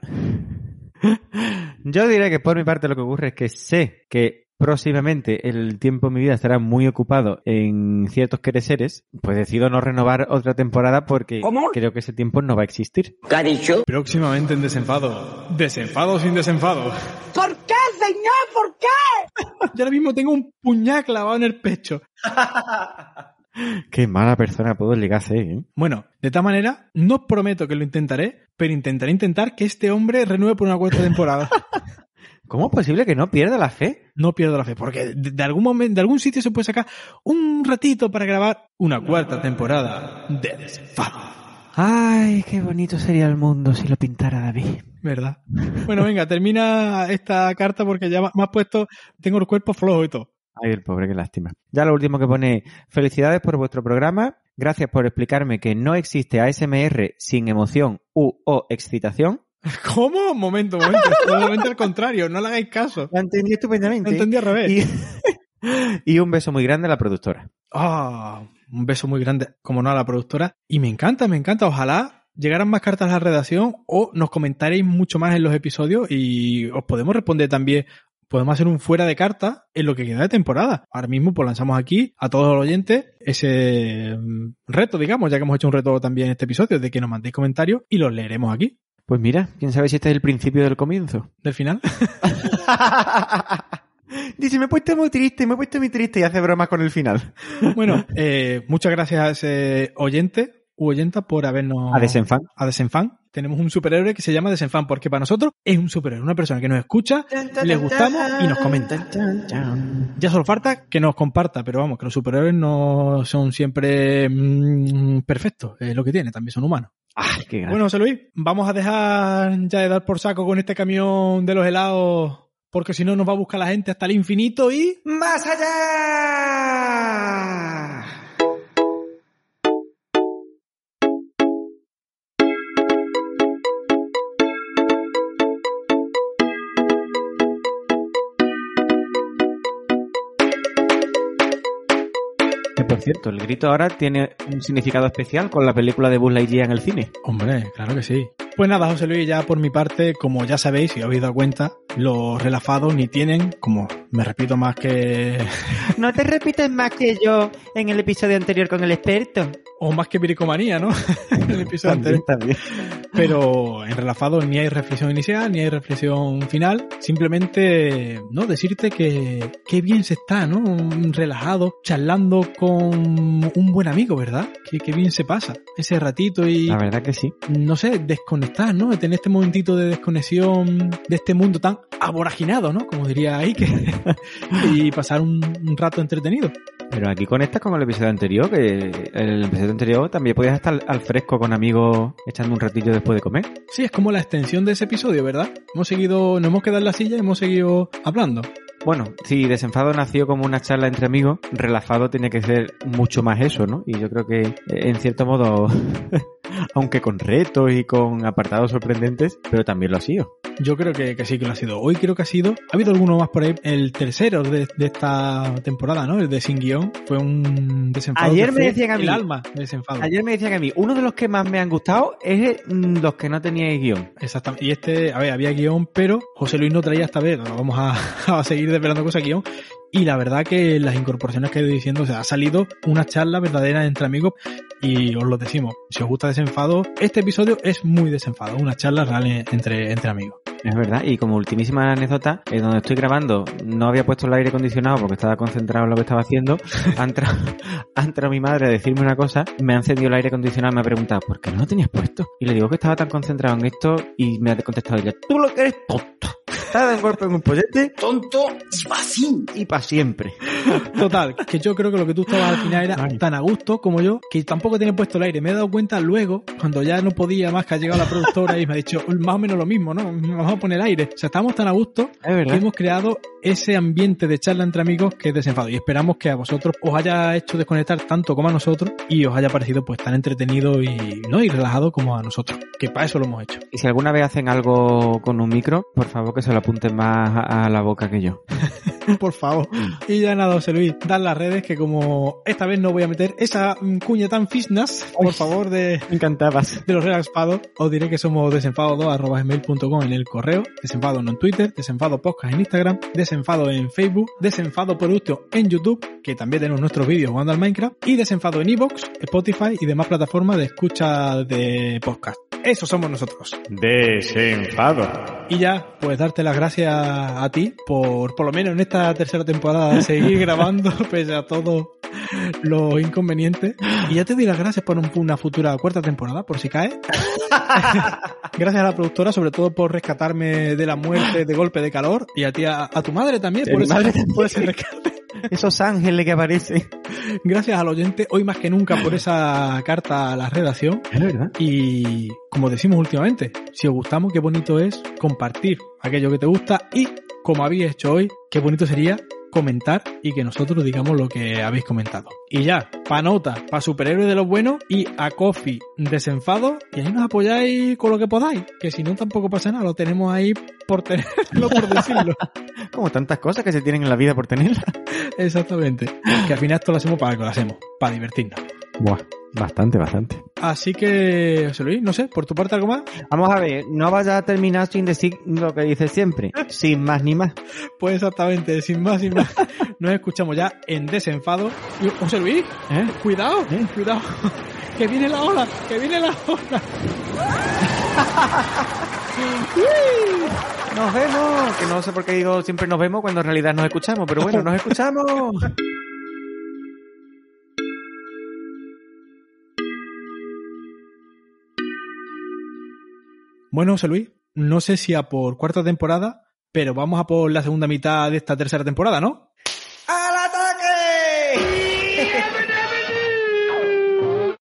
yo diré que por mi parte lo que ocurre es que sé que próximamente el tiempo en mi vida estará muy ocupado en ciertos quereseres, pues decido no renovar otra temporada porque ¿Cómo? Creo que ese tiempo no va a existir. ¿Qué ha dicho? Próximamente en Desenfado. Desenfado sin desenfado. ¿Por qué, señor? ¿Por qué? Yo ahora mismo tengo un puñal clavado en el pecho. Qué mala persona puedo llegar a ser, ¿eh? Bueno, de tal manera, no os prometo que lo intentaré, pero intentaré intentar que este hombre renueve por una cuarta temporada. ¿Cómo es posible que no pierda la fe? No pierdo la fe, porque de, de algún momento, de algún sitio se puede sacar un ratito para grabar una cuarta temporada de Desenfado. Ay, qué bonito sería el mundo si lo pintara David. ¿Verdad? Bueno, venga, termina esta carta porque ya me has puesto, tengo el cuerpo flojo y todo. Ay, el pobre, qué lástima. Ya lo último que pone, felicidades por vuestro programa, gracias por explicarme que no existe A S M R sin emoción u o excitación. ¿Cómo? Momento, momento, totalmente al contrario, no le hagáis caso. Lo entendí estupendamente. Lo entendí al revés. Y, y un beso muy grande a la productora. Ah, oh, un beso muy grande, como no, a la productora. Y me encanta, me encanta, ojalá llegaran más cartas a la redacción o nos comentaréis mucho más en los episodios y os podemos responder también. Podemos hacer un fuera de carta en lo que queda de temporada. Ahora mismo pues lanzamos aquí a todos los oyentes ese reto, digamos, ya que hemos hecho un reto también en este episodio, de que nos mandéis comentarios y los leeremos aquí. Pues mira, quién sabe si este es el principio del comienzo. ¿Del final? Dice, me he puesto muy triste, me he puesto muy triste y hace bromas con el final. Bueno, eh, muchas gracias a ese oyente u oyenta por habernos... A Desenfan. A Desenfan. Tenemos un superhéroe que se llama Desenfan porque para nosotros es un superhéroe, una persona que nos escucha, le gustamos y nos comenta. Ya solo falta que nos comparta, pero vamos, que los superhéroes no son siempre mmm, perfectos, es lo que tiene, también son humanos. Ay, qué bueno, José Luis, vamos a dejar ya de dar por saco con este camión de los helados, porque si no nos va a buscar la gente hasta el infinito y... ¡más allá! Por cierto, el grito ahora tiene un significado especial con la película de Buzz Lightyear en el cine. Hombre, claro que sí. Pues nada, José Luis, ya por mi parte, como ya sabéis, si os habéis dado cuenta, los relafados ni tienen, como me repito más que... No te repites más que yo en el episodio anterior con el experto. O más que piricomanía, ¿no? En el episodio también, anterior. También. Pero en relafados ni hay reflexión inicial, ni hay reflexión final. Simplemente, ¿no? Decirte que qué bien se está, ¿no? Relajado, charlando con un buen amigo, ¿verdad? Que qué bien se pasa ese ratito y... La verdad que sí. No sé, desconectar, ¿no? Tener este momentito de desconexión de este mundo tan aboraginado, ¿no? Como diría Ike. Y pasar un, un rato entretenido. Pero aquí conectas con el episodio anterior, que el episodio anterior también podías estar al fresco con amigos echando un ratillo después de comer. Sí, es como la extensión de ese episodio, ¿verdad? Hemos seguido, nos hemos quedado en la silla y hemos seguido hablando. Bueno, si Desenfado nació como una charla entre amigos, Relajado tiene que ser mucho más eso, ¿no? Y yo creo que, eh, en cierto modo, aunque con retos y con apartados sorprendentes, pero también lo ha sido. Yo creo que, que sí que lo ha sido. Hoy creo que ha sido... Ha habido alguno más por ahí. El tercero de, de esta temporada, ¿no? El de Sin Guión. Fue un Desenfado. Ayer me decían a mí... El alma de Desenfado. Ayer me decían a mí, uno de los que más me han gustado es mm, los que no teníais guión. Exactamente. Y este, a ver, había guión, pero José Luis no traía esta vez. Vamos a, a seguir desvelando cosas guión. Y la verdad que las incorporaciones que he ido diciendo, o sea, ha salido una charla verdadera entre amigos y os lo decimos. Si os gusta Desenfado, este episodio es muy Desenfado. Una charla real entre, entre amigos. Es verdad, y como últimísima anécdota, en donde estoy grabando no había puesto el aire acondicionado porque estaba concentrado en lo que estaba haciendo. Ha entrado, ha entrado mi madre a decirme una cosa, me ha encendido el aire acondicionado y me ha preguntado, ¿por qué no lo tenías puesto? Y le digo que estaba tan concentrado en esto y me ha contestado ella, tú lo que eres tonto. Estás de golpe en un pollete, tonto y pa' y pa' siempre. Total, que yo creo que lo que tú estabas al final era Ay. tan a gusto como yo, que tampoco tenía puesto el aire. Me he dado cuenta luego, cuando ya no podía más, que ha llegado la productora y me ha dicho más o menos lo mismo, ¿no? Vamos a poner aire. O sea, estamos tan a gusto que hemos creado ese ambiente de charla entre amigos que es Desenfado. Y esperamos que a vosotros os haya hecho desconectar tanto como a nosotros y os haya parecido pues tan entretenido y, ¿no? y relajado como a nosotros. Que para eso lo hemos hecho. Y si alguna vez hacen algo con un micro, por favor que se lo apunten más a la boca que yo. Por favor. Y ya nada, José Luis, dan las redes que como esta vez no voy a meter esa cuña tan fitness, por favor, de... Me encantabas. De los relaxados, os diré que somos desenfado dos arroba gmail punto com en el correo, Desenfado en Twitter, Desenfado Podcast en Instagram, Desenfado en Facebook, Desenfado Producto en YouTube, que también tenemos nuestros vídeos jugando al Minecraft, y Desenfado en iVoox, Spotify y demás plataformas de escucha de podcast. Eso somos nosotros. Desenfado. Y ya, pues darte las gracias a ti por, por lo menos en esta tercera temporada, de seguir grabando pese a todos los inconvenientes. Y ya te doy las gracias por un, una futura cuarta temporada, por si cae. Gracias a la productora, sobre todo por rescatarme de la muerte de golpe de calor. Y a ti, a, a tu madre también, por ese, madre por ese rescate. Esos ángeles que aparecen. Gracias al oyente, hoy más que nunca, por esa carta a la redacción. Es verdad. Y como decimos últimamente, si os gustamos, qué bonito es compartir aquello que te gusta y, como habéis hecho hoy, qué bonito sería comentar y que nosotros digamos lo que habéis comentado. Y ya, pa' nota, pa' superhéroes de los buenos y a Coffee Desenfado, y ahí nos apoyáis con lo que podáis, que si no tampoco pasa nada, lo tenemos ahí por tenerlo, por decirlo. Como tantas cosas que se tienen en la vida por tenerlas. Exactamente. Que al final esto lo hacemos para que lo hacemos, para divertirnos. Buah, bastante, bastante. Así que, José Luis, no sé, ¿por tu parte algo más? Vamos a ver, no vayas a terminar sin decir lo que dices siempre, sin más ni más. Pues exactamente, sin más ni más. Nos escuchamos ya en Desenfado. Y, José Luis, ¿eh? Cuidado, ¿Eh? cuidado, que viene la ola, que viene la ola. Nos vemos, que no sé por qué digo siempre nos vemos cuando en realidad nos escuchamos, pero bueno, nos escuchamos. Bueno, José Luis, no sé si a por cuarta temporada, pero vamos a por la segunda mitad de esta tercera temporada, ¿no?